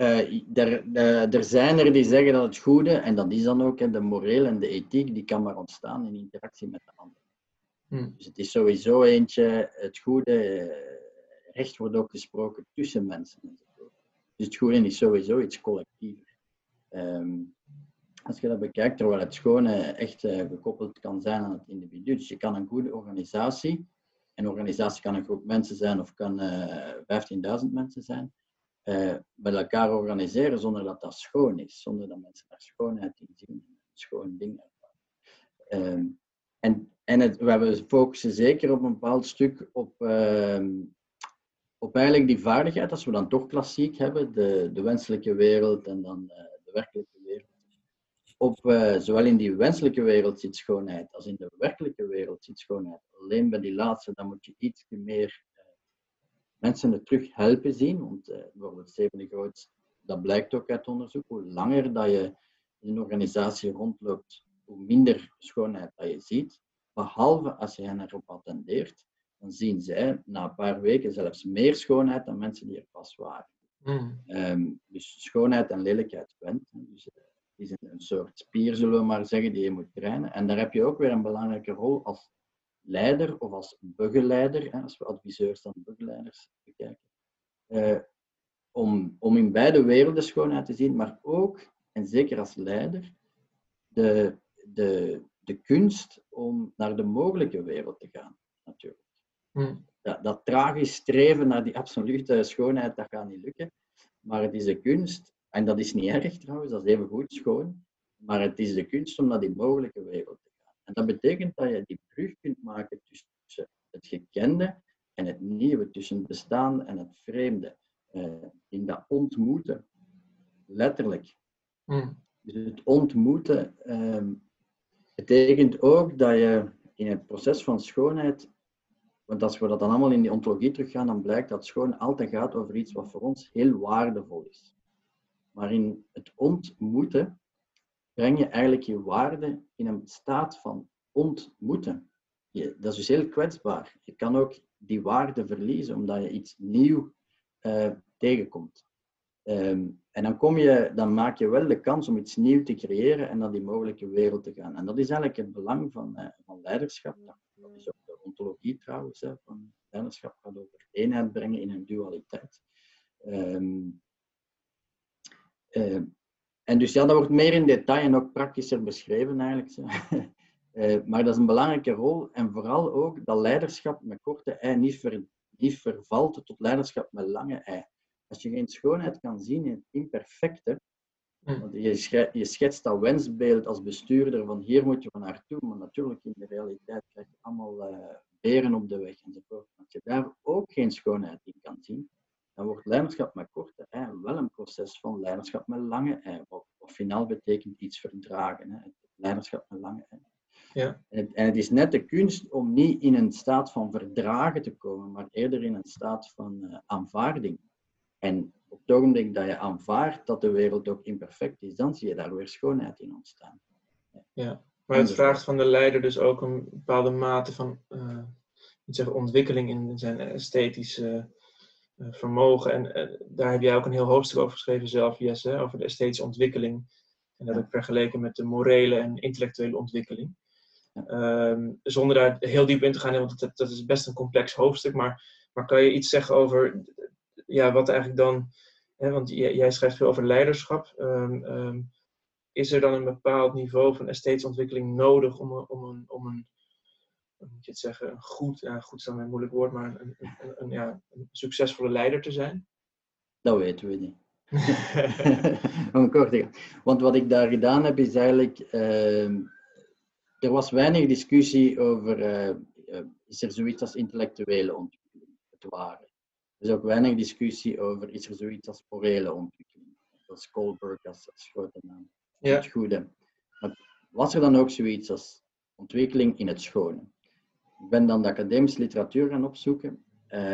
Er zijn er die zeggen dat het goede, en dat is dan ook de moreel en de ethiek, die kan maar ontstaan in interactie met de ander. Dus het is sowieso eentje, het goede, recht wordt ook gesproken tussen mensen enzovoort. Dus het goede is sowieso iets collectiever. Als je dat bekijkt, terwijl het schone echt gekoppeld kan zijn aan het individu. Dus je kan een goede organisatie, een organisatie kan een groep mensen zijn of kan 15.000 mensen zijn, met elkaar organiseren zonder dat dat schoon is, zonder dat mensen daar schoonheid in zien, een schoon ding ervaren. We focussen zeker op een bepaald stuk op eigenlijk die vaardigheid, als we dan toch klassiek hebben, de wenselijke wereld en dan de werkelijke wereld. Zowel in die wenselijke wereld zit schoonheid als in de werkelijke wereld zit schoonheid. Alleen bij die laatste, dan moet je iets meer mensen het terug helpen zien. Want bijvoorbeeld Steven de Groot, dat blijkt ook uit onderzoek, hoe langer dat je in een organisatie rondloopt, hoe minder schoonheid dat je ziet. Behalve als je hen erop attendeert, dan zien zij na een paar weken zelfs meer schoonheid dan mensen die er pas waren. Dus schoonheid en lelijkheid went. Dus het is een soort spier, zullen we maar zeggen, die je moet trainen. En daar heb je ook weer een belangrijke rol als leider of als begeleider, als we adviseurs dan begeleiders bekijken. Om in beide werelden schoonheid te zien, maar ook, en zeker als leider, de kunst om naar de mogelijke wereld te gaan, natuurlijk. Dat tragisch streven naar die absolute schoonheid, dat gaat niet lukken. Maar het is de kunst, en dat is niet erg trouwens, dat is even goed schoon, maar het is de kunst om naar die mogelijke wereld te gaan. En dat betekent dat je die brug kunt maken tussen het gekende en het nieuwe, tussen het bestaan en het vreemde. In dat ontmoeten, letterlijk. Dus het ontmoeten betekent ook dat je in het proces van schoonheid, want als we dat dan allemaal in die ontologie teruggaan, dan blijkt dat schoon altijd gaat over iets wat voor ons heel waardevol is. Maar in het ontmoeten breng je eigenlijk je waarde in een staat van ontmoeten. Dat is dus heel kwetsbaar. Je kan ook die waarde verliezen, omdat je iets nieuw tegenkomt. En dan maak je wel de kans om iets nieuws te creëren en naar die mogelijke wereld te gaan. En dat is eigenlijk het belang van leiderschap. Dat is ook de ontologie trouwens, van leiderschap gaat over eenheid brengen in een dualiteit. En dus ja, dat wordt meer in detail en ook praktischer beschreven eigenlijk. Maar dat is een belangrijke rol en vooral ook dat leiderschap met korte ei niet vervalt tot leiderschap met lange ei. Als je geen schoonheid kan zien in het imperfecte, want je schetst dat wensbeeld als bestuurder van hier moet je van naartoe, maar natuurlijk in de realiteit krijg je allemaal beren op de weg enzovoort. Als je daar ook geen schoonheid in kan zien, dan wordt leiderschap met korte ei wel een proces van leiderschap met lange ei. Wat finaal betekent iets verdragen. Hè? Het leiderschap met lange ei. Ja. En het is net de kunst om niet in een staat van verdragen te komen, maar eerder in een staat van aanvaarding. En op het ogenblik dat je aanvaardt dat de wereld ook imperfect is, dan zie je daar weer schoonheid in ontstaan. Ja, maar het vraagt van de leider dus ook een bepaalde mate van ontwikkeling in zijn esthetische vermogen. En daar heb jij ook een heel hoofdstuk over geschreven zelf, Jesse, over de esthetische ontwikkeling. En dat ook vergeleken met de morele en intellectuele ontwikkeling. Zonder daar heel diep in te gaan, want dat is best een complex hoofdstuk. Maar kan je iets zeggen over wat eigenlijk dan... want jij schrijft veel over leiderschap. Is er dan een bepaald niveau van esthetische ontwikkeling nodig om een hoe moet je het zeggen, een goed is dan een moeilijk woord, maar een succesvolle leider te zijn? Dat weten we niet. Om kort te gaan. Want wat ik daar gedaan heb, is eigenlijk... er was weinig discussie over... is er zoiets als intellectuele ontwikkeling? Het ware. Er is ook weinig discussie over... Is er zoiets als morele ontwikkeling? Dat is Kohlberg als grote naam. Ja. Het goede. Maar was er dan ook zoiets als ontwikkeling in het schone? Ik ben dan de academische literatuur gaan opzoeken.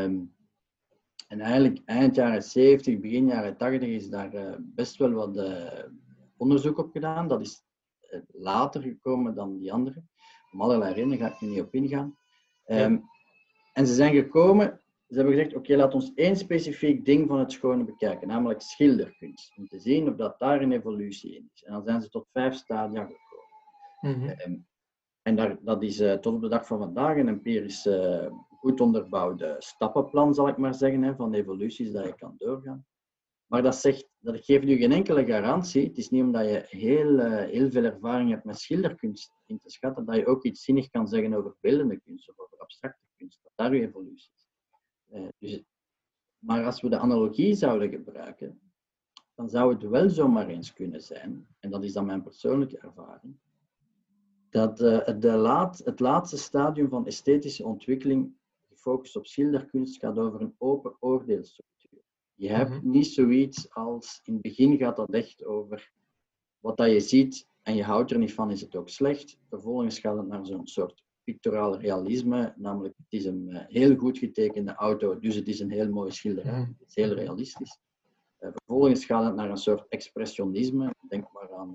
En eigenlijk eind jaren 70, begin jaren 80 is daar best wel wat onderzoek op gedaan. Dat is later gekomen dan die andere. Om allerlei redenen ga ik er niet op ingaan. En ze zijn gekomen, ze hebben gezegd, oké, laat ons één specifiek ding van het schone bekijken, namelijk schilderkunst. Om te zien of dat daar een evolutie in is. En dan zijn ze tot 5 stadia gekomen. En dat is tot op de dag van vandaag een empirisch goed onderbouwde stappenplan, zal ik maar zeggen, van evoluties dat je kan doorgaan. Maar dat geeft je geen enkele garantie. Het is niet omdat je heel veel ervaring hebt met schilderkunst in te schatten, dat je ook iets zinnig kan zeggen over beeldende kunst of over abstracte kunst, dat daar je evolutie is. Maar als we de analogie zouden gebruiken, dan zou het wel zomaar eens kunnen zijn, en dat is dan mijn persoonlijke ervaring, dat het laatste stadium van esthetische ontwikkeling, gefocust op schilderkunst, gaat over een open oordeelstructuur. Je hebt niet zoiets als, in het begin gaat dat echt over wat dat je ziet en je houdt er niet van, is het ook slecht. Vervolgens gaat het naar zo'n soort pictoraal realisme, namelijk het is een heel goed getekende auto, dus het is een heel mooi schilderij. Het is heel realistisch. Vervolgens gaat het naar een soort expressionisme, denk maar aan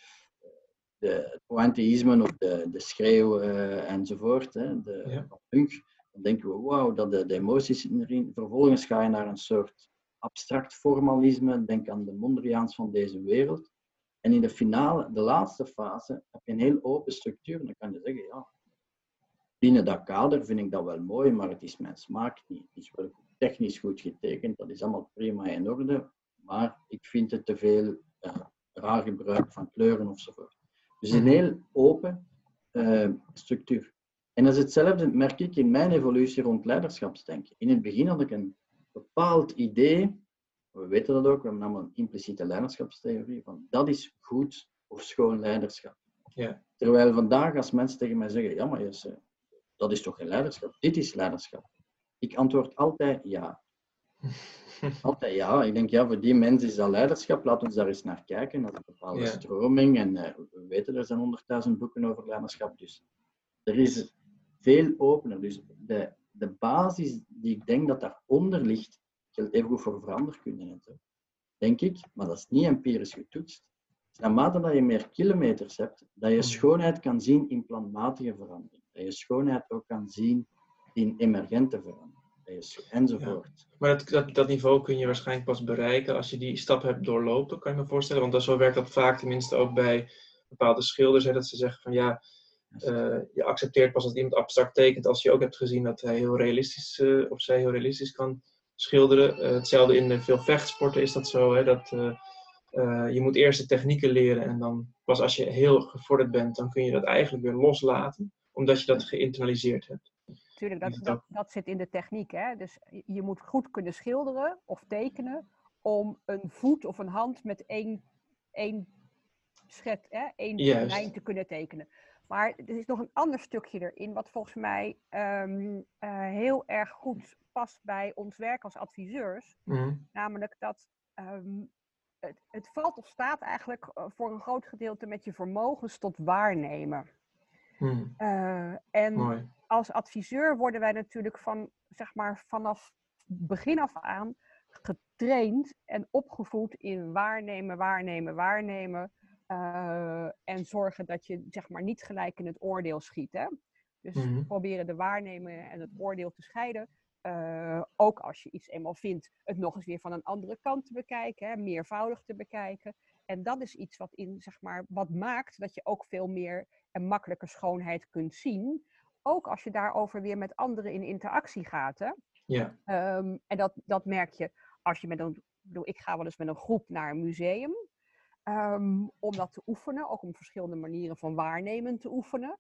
het pointillisme of de schreeuw enzovoort, de punk. Dan denken we, wauw, dat de emoties zitten erin. Vervolgens ga je naar een soort abstract formalisme, denk aan de Mondriaans van deze wereld. En in de finale, de laatste fase, heb je een heel open structuur. Dan kan je zeggen, ja, binnen dat kader vind ik dat wel mooi, maar het is mijn smaak niet. Het is wel technisch goed getekend, dat is allemaal prima in orde, maar ik vind het te veel raar gebruik van kleuren ofzovoort. Dus een heel open structuur. En dat is hetzelfde, merk ik, in mijn evolutie rond leiderschapsdenken. In het begin had ik een bepaald idee, we weten dat ook, we hebben namelijk een impliciete leiderschapstheorie, van dat is goed of schoon leiderschap. Ja. Terwijl vandaag als mensen tegen mij zeggen, ja maar Jesse, dat is toch geen leiderschap, dit is leiderschap. Ik antwoord altijd ja. Altijd ja. Ik denk, ja, voor die mensen is dat leiderschap. Laten we daar eens naar kijken. Dat is een bepaalde stroming. En we weten, er zijn 100.000 boeken over leiderschap. Dus er is veel opener. Dus de basis die ik denk dat daaronder ligt, geldt even goed voor veranderkunde en zo. Denk ik, maar dat is niet empirisch getoetst. Dus naarmate dat je meer kilometers hebt, dat je schoonheid kan zien in planmatige verandering. Dat je schoonheid ook kan zien in emergente verandering. Enzovoort. Ja. Maar dat niveau kun je waarschijnlijk pas bereiken als je die stap hebt doorlopen, kan je me voorstellen. Want zo werkt dat vaak tenminste ook bij bepaalde schilders. Hè, dat ze zeggen van ja, je accepteert pas dat iemand abstract tekent als je ook hebt gezien dat hij heel realistisch of zij heel realistisch kan schilderen. Hetzelfde in veel vechtsporten is dat zo. Hè, dat je moet eerst de technieken leren en dan Pas als je heel gevorderd bent, dan kun je dat eigenlijk weer loslaten, omdat je dat geïnternaliseerd hebt. Tuurlijk, dat zit in de techniek. Hè? Dus je moet goed kunnen schilderen of tekenen om een voet of een hand met één schet, één Juist. lijn te kunnen tekenen. Maar er is nog een ander stukje erin, wat volgens mij heel erg goed past bij ons werk als adviseurs. Namelijk dat het valt of staat eigenlijk voor een groot gedeelte met je vermogens tot waarnemen. En Mooi. als adviseur worden wij natuurlijk vanaf begin af aan getraind en opgevoed in waarnemen. En zorgen dat je niet gelijk in het oordeel schiet. Hè? Dus proberen de waarnemen en het oordeel te scheiden. Ook als je iets eenmaal vindt, het nog eens weer van een andere kant te bekijken, hè? Meervoudig te bekijken. En dat is iets wat maakt dat je ook veel meer en makkelijker schoonheid kunt zien. Ook als je daarover weer met anderen in interactie gaat. Hè? Ja. En dat merk je als je ik ga wel eens met een groep naar een museum. Om dat te oefenen, ook om verschillende manieren van waarnemen te oefenen.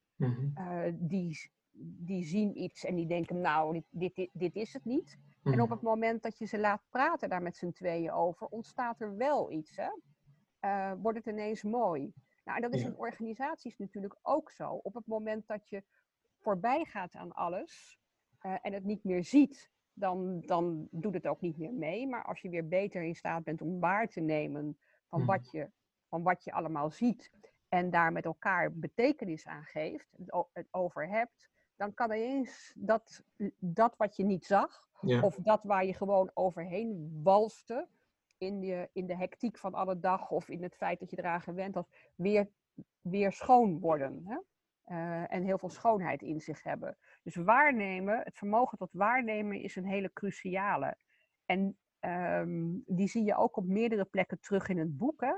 Die zien iets en die denken, nou, dit is het niet. En op het moment dat je ze laat praten daar met z'n tweeën over, ontstaat er wel iets. Hè? Wordt het ineens mooi. Nou, en dat is in organisaties natuurlijk ook zo. Op het moment dat je voorbij gaat aan alles en het niet meer ziet, dan doet het ook niet meer mee. Maar als je weer beter in staat bent om waar te nemen van wat je allemaal ziet en daar met elkaar betekenis aan geeft, het over hebt, dan kan ineens dat wat je niet zag, of dat waar je gewoon overheen walste in de hectiek van alle dag of in het feit dat je eraan gewend was, weer schoon worden. Hè? En heel veel schoonheid in zich hebben. Dus waarnemen, het vermogen tot waarnemen is een hele cruciale. En die zie je ook op meerdere plekken terug in het boek. Hè?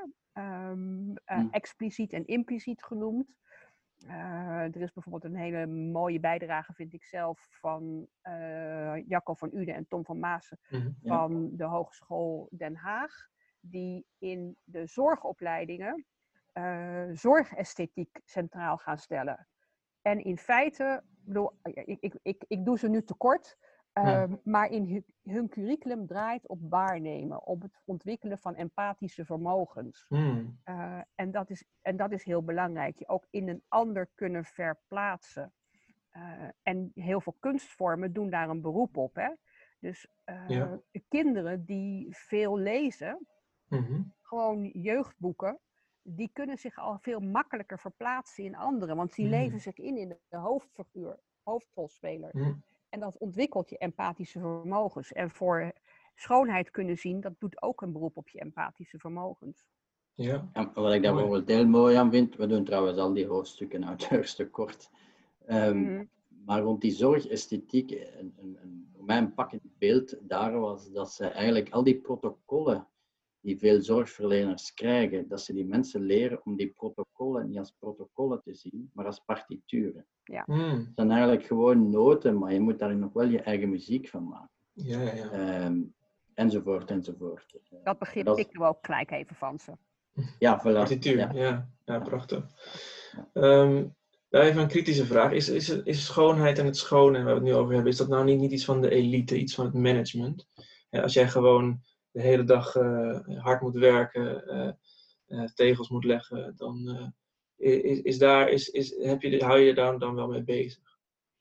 Expliciet en impliciet genoemd. Er is bijvoorbeeld een hele mooie bijdrage, vind ik zelf, van Jacco van Uden en Tom van Maassen van de Hogeschool Den Haag. Die in de zorgopleidingen zorgesthetiek centraal gaan stellen. En in feite, ik doe ze nu tekort, maar in hun curriculum draait op waarnemen, op het ontwikkelen van empathische vermogens. En dat is heel belangrijk, je ook in een ander kunnen verplaatsen. En heel veel kunstvormen doen daar een beroep op. Hè? Dus de kinderen die veel lezen, gewoon jeugdboeken, die kunnen zich al veel makkelijker verplaatsen in anderen. Want die leven zich in de hoofdfiguur, hoofdrolspeler. En dat ontwikkelt je empathische vermogens. En voor schoonheid kunnen zien, dat doet ook een beroep op je empathische vermogens. Ja, wat ik daar bijvoorbeeld heel mooi aan vind, we doen trouwens al die hoofdstukken uiteraard te kort. Maar rond die zorgesthetiek, voor mij een pakkend beeld daar was dat ze eigenlijk al die protocollen die veel zorgverleners krijgen, dat ze die mensen leren om die protocollen niet als protocollen te zien, maar als partituren. Ja. Het zijn eigenlijk gewoon noten, maar je moet daar nog wel je eigen muziek van maken. Enzovoort. Dat begrip pikken we ook gelijk even van ze. Ja, voilà. Partituur, ja, prachtig. Even een kritische vraag. Is schoonheid en het schone, waar we het nu over hebben, is dat nou niet iets van de elite, iets van het management? Als jij gewoon de hele dag hard moet werken, tegels moet leggen, dan hou je je daar dan wel mee bezig?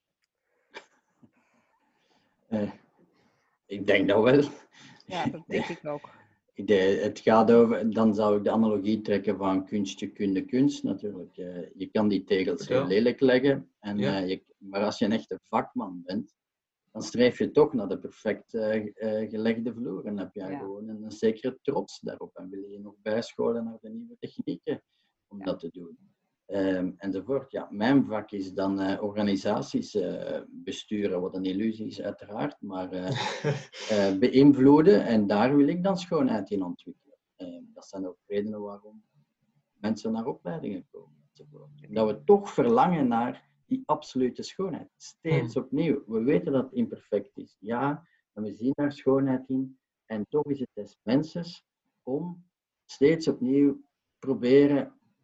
Ik denk dat wel. Ja, dat denk ik ook. Het gaat over, dan zou ik de analogie trekken van kunstje, kunde, kunst natuurlijk. Je kan die tegels heel lelijk leggen, maar als je een echte vakman bent, dan streef je toch naar de perfect gelegde vloer. En dan heb je gewoon een zekere trots daarop. En wil je nog bijscholen naar de nieuwe technieken om dat te doen. Enzovoort. Ja, mijn vak is dan organisaties besturen, wat een illusie is uiteraard, maar beïnvloeden. En daar wil ik dan schoonheid in ontwikkelen. Dat zijn ook redenen waarom mensen naar opleidingen komen. Enzovoort. Dat we toch verlangen naar die absolute schoonheid. Steeds opnieuw. We weten dat het imperfect is. Ja, en we zien daar schoonheid in. En toch is het des mensens om steeds opnieuw proberen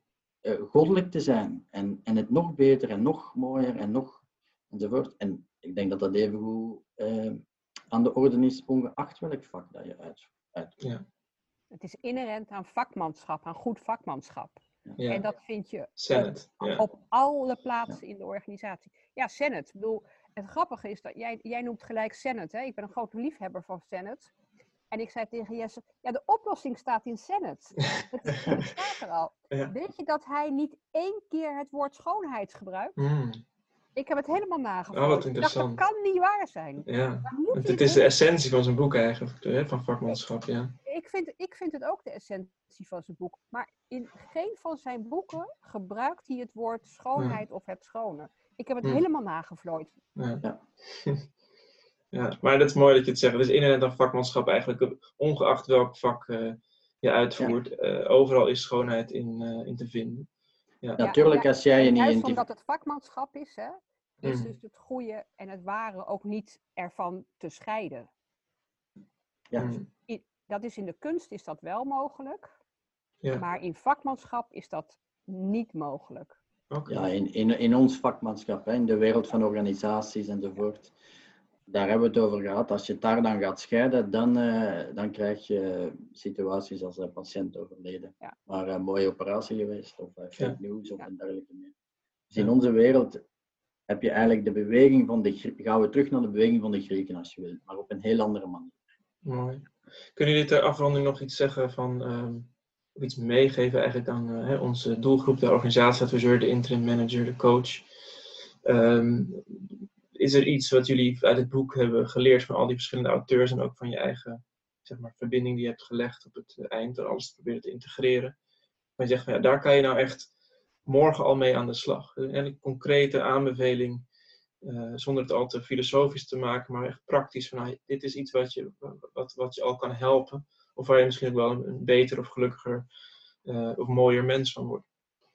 goddelijk te zijn. En het nog beter en nog mooier en nog enzovoort. En ik denk dat dat evengoed aan de orde is, ongeacht welk vak dat je uitvoert. Ja. Het is inherent aan vakmanschap, aan goed vakmanschap. Ja. En dat vind je Senate. Ja. op alle plaatsen in de organisatie. Ja, Senate. Ik bedoel, het grappige is dat jij noemt gelijk Senate. Hè? Ik ben een grote liefhebber van Senate. En ik zei tegen Jesse, ja, de oplossing staat in Senate. Het staat er al. Ja. Weet je dat hij niet 1 keer het woord schoonheid gebruikt? Ik heb het helemaal nagevraagd. Oh, wat interessant. Ik dacht, dat kan niet waar zijn. Ja. Het is de essentie van zijn boek eigenlijk, hè, van vakmanschap. Ja. Ik vind het ook de essentie van zijn boek. Maar in geen van zijn boeken gebruikt hij het woord schoonheid of het schone. Ik heb het helemaal nagevlooid. Ja. Ja, maar dat is mooi dat je het zegt. Het is inherent aan vakmanschap eigenlijk, ongeacht welk vak je uitvoert. Ja. Overal is schoonheid in te vinden. Ja. Natuurlijk, als jij je niet... Juist omdat het vakmanschap is, hè, is dus het goede en het ware ook niet ervan te scheiden. Ja. Dat is in de kunst is dat wel mogelijk, Ja. maar in vakmanschap is dat niet mogelijk. Okay. Ja, in ons vakmanschap, in de wereld van organisaties enzovoort, daar hebben we het over gehad. Als je het daar dan gaat scheiden, dan krijg je situaties als een patiënt overleden. Ja. Maar een mooie operatie geweest, of fake news of en dergelijke meer. Dus in onze wereld heb je eigenlijk de beweging van gaan we terug naar de beweging van de Grieken als je wilt, maar op een heel andere manier. Mooi. Kunnen jullie ter afronding nog iets zeggen van, of iets meegeven eigenlijk aan onze doelgroep, de organisatieadviseur, de interim manager, de coach? Is er iets wat jullie uit het boek hebben geleerd van al die verschillende auteurs en ook van je eigen, zeg maar, verbinding die je hebt gelegd op het eind door alles te proberen te integreren? Maar je zegt van ja, daar kan je nou echt morgen al mee aan de slag. Een concrete aanbeveling, zonder het al te filosofisch te maken, maar echt praktisch. Van, nou, dit is iets wat je al kan helpen. Of waar je misschien ook wel een beter of gelukkiger of mooier mens van wordt.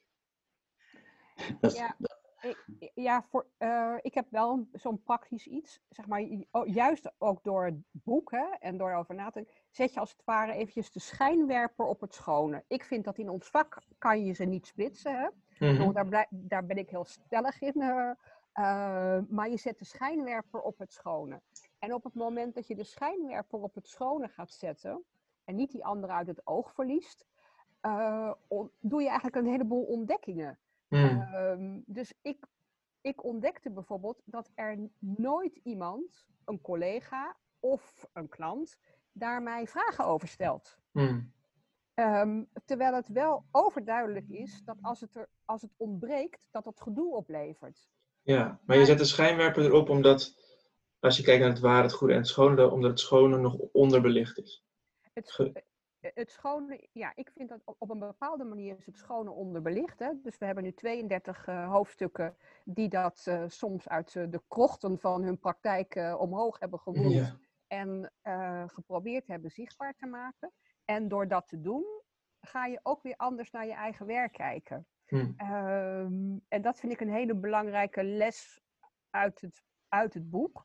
Ik heb wel zo'n praktisch iets. Zeg maar, juist ook door het boek en door erover na te denken, zet je als het ware eventjes de schijnwerper op het schone. Ik vind dat in ons vak kan je ze niet splitsen. Hè? Daar ben ik heel stellig in. Maar je zet de schijnwerper op het schone. En op het moment dat je de schijnwerper op het schone gaat zetten en niet die andere uit het oog verliest, doe je eigenlijk een heleboel ontdekkingen. Dus ik ontdekte bijvoorbeeld dat er nooit iemand, een collega of een klant, daar mij vragen over stelt. Terwijl het wel overduidelijk is dat als het ontbreekt, dat het gedoe oplevert. Ja, maar je zet de schijnwerper erop omdat, als je kijkt naar het ware, het goede en het schone, omdat het schone nog onderbelicht is. Het schone, ja, ik vind dat op een bepaalde manier is het schone onderbelicht. Hè? Dus we hebben nu 32 hoofdstukken die dat soms uit de krochten van hun praktijk omhoog hebben gewoeld en geprobeerd hebben zichtbaar te maken. En door dat te doen, ga je ook weer anders naar je eigen werk kijken. En dat vind ik een hele belangrijke les uit het boek.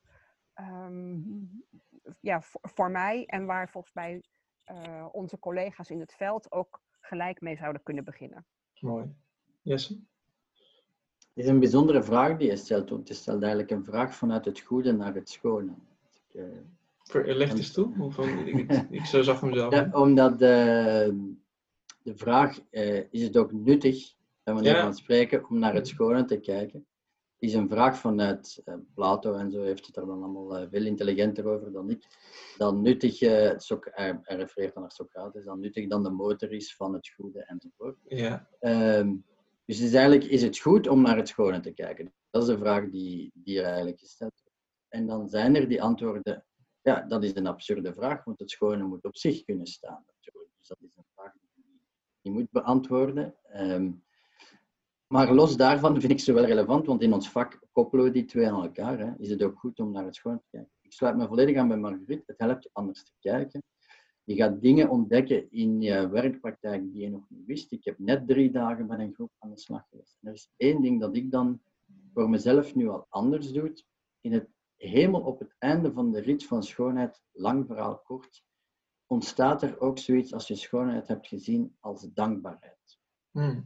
Voor mij en waar volgens mij onze collega's in het veld ook gelijk mee zouden kunnen beginnen. Mooi. Jesse? Het is een bijzondere vraag die je stelt, want je stelt eigenlijk een vraag vanuit het goede naar het schone. Leg eens toe. Ik zo zag hem zelf. Ja, omdat de vraag, is het ook nuttig, bij manier van spreken, om naar het schone te kijken, is een vraag vanuit Plato en zo heeft het er dan allemaal veel intelligenter over dan ik. Dan nuttig, hij refereert dan naar Socrates, dan nuttig dan de motor is van het goede enzovoort. Ja. Dus eigenlijk is het goed om naar het schone te kijken. Dat is de vraag die er eigenlijk gesteld wordt. En dan zijn er die antwoorden, ja, dat is een absurde vraag, want het schone moet op zich kunnen staan natuurlijk. Dus dat is een vraag die je moet beantwoorden. Maar los daarvan vind ik ze wel relevant, want in ons vak koppelen we die twee aan elkaar. Hè. Is het ook goed om naar het schoon te kijken? Ik sluit me volledig aan bij Marguerite. Het helpt je anders te kijken. Je gaat dingen ontdekken in je werkpraktijk die je nog niet wist. Ik heb net 3 dagen met een groep aan de slag geweest. En er is 1 ding dat ik dan voor mezelf nu al anders doe. Helemaal op het einde van de rit van schoonheid, lang verhaal kort, ontstaat er ook zoiets als je schoonheid hebt gezien als dankbaarheid.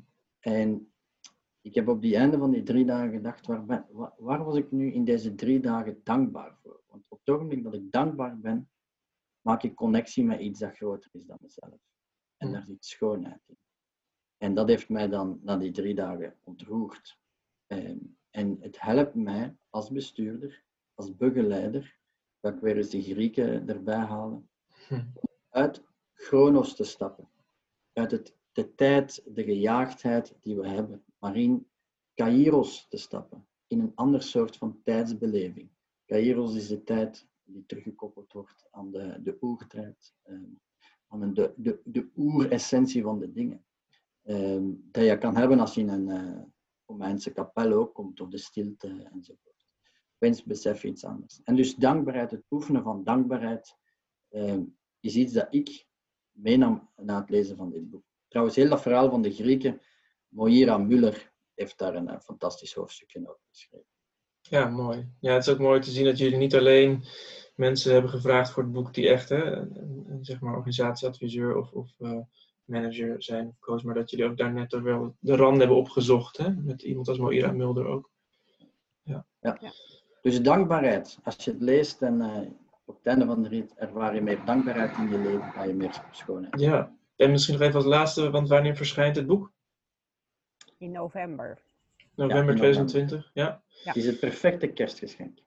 En ik heb op die einde van die 3 dagen gedacht, waar was ik nu in deze 3 dagen dankbaar voor? Want op het ogenblik dat ik dankbaar ben, maak ik connectie met iets dat groter is dan mezelf. En daar zit schoonheid in. En dat heeft mij dan na die 3 dagen ontroerd. En het helpt mij als bestuurder, als begeleider, dat ik weer eens de Grieken erbij halen, uit chronos te stappen. Uit de tijd, de gejaagdheid die we hebben, maar in kairos te stappen. In een ander soort van tijdsbeleving. Kairos is de tijd die teruggekoppeld wordt aan de oertijd, aan de oeressentie van de dingen. Dat je kan hebben als je in een Romeinse kapel ook komt, of de stilte enzovoort. Opeens besef je iets anders. En dus dankbaarheid, het oefenen van dankbaarheid, is iets dat ik meenam na het lezen van dit boek. Trouwens, heel dat verhaal van de Grieken, Moira Müller heeft daar een fantastisch hoofdstukje over geschreven. Ja, mooi. Ja, het is ook mooi te zien dat jullie niet alleen mensen hebben gevraagd voor het boek die echt zeg maar organisatieadviseur of manager zijn of coach, maar dat jullie ook daar net wel de rand hebben opgezocht, hè? Met iemand als Moira Mulder ook. Ja. Dus dankbaarheid. Als je het leest en op het einde van de rit ervaar je meer dankbaarheid in je leven, ga je meer schoonheid. Ja, en misschien nog even als laatste, want wanneer verschijnt het boek? In november. November 2020, ja. Het is het perfecte kerstgeschenk.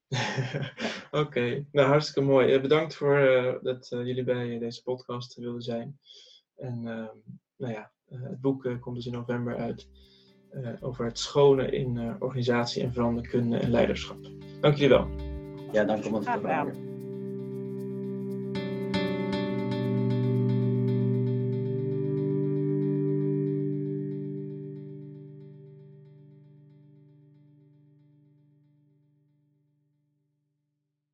Oké, nou hartstikke mooi. Bedankt voor dat jullie bij deze podcast wilden zijn. En het boek komt dus in november uit over het schone in organisatie en veranderkunde en leiderschap. Dank jullie wel. Ja, dank om het te Graag gedaan. vragen.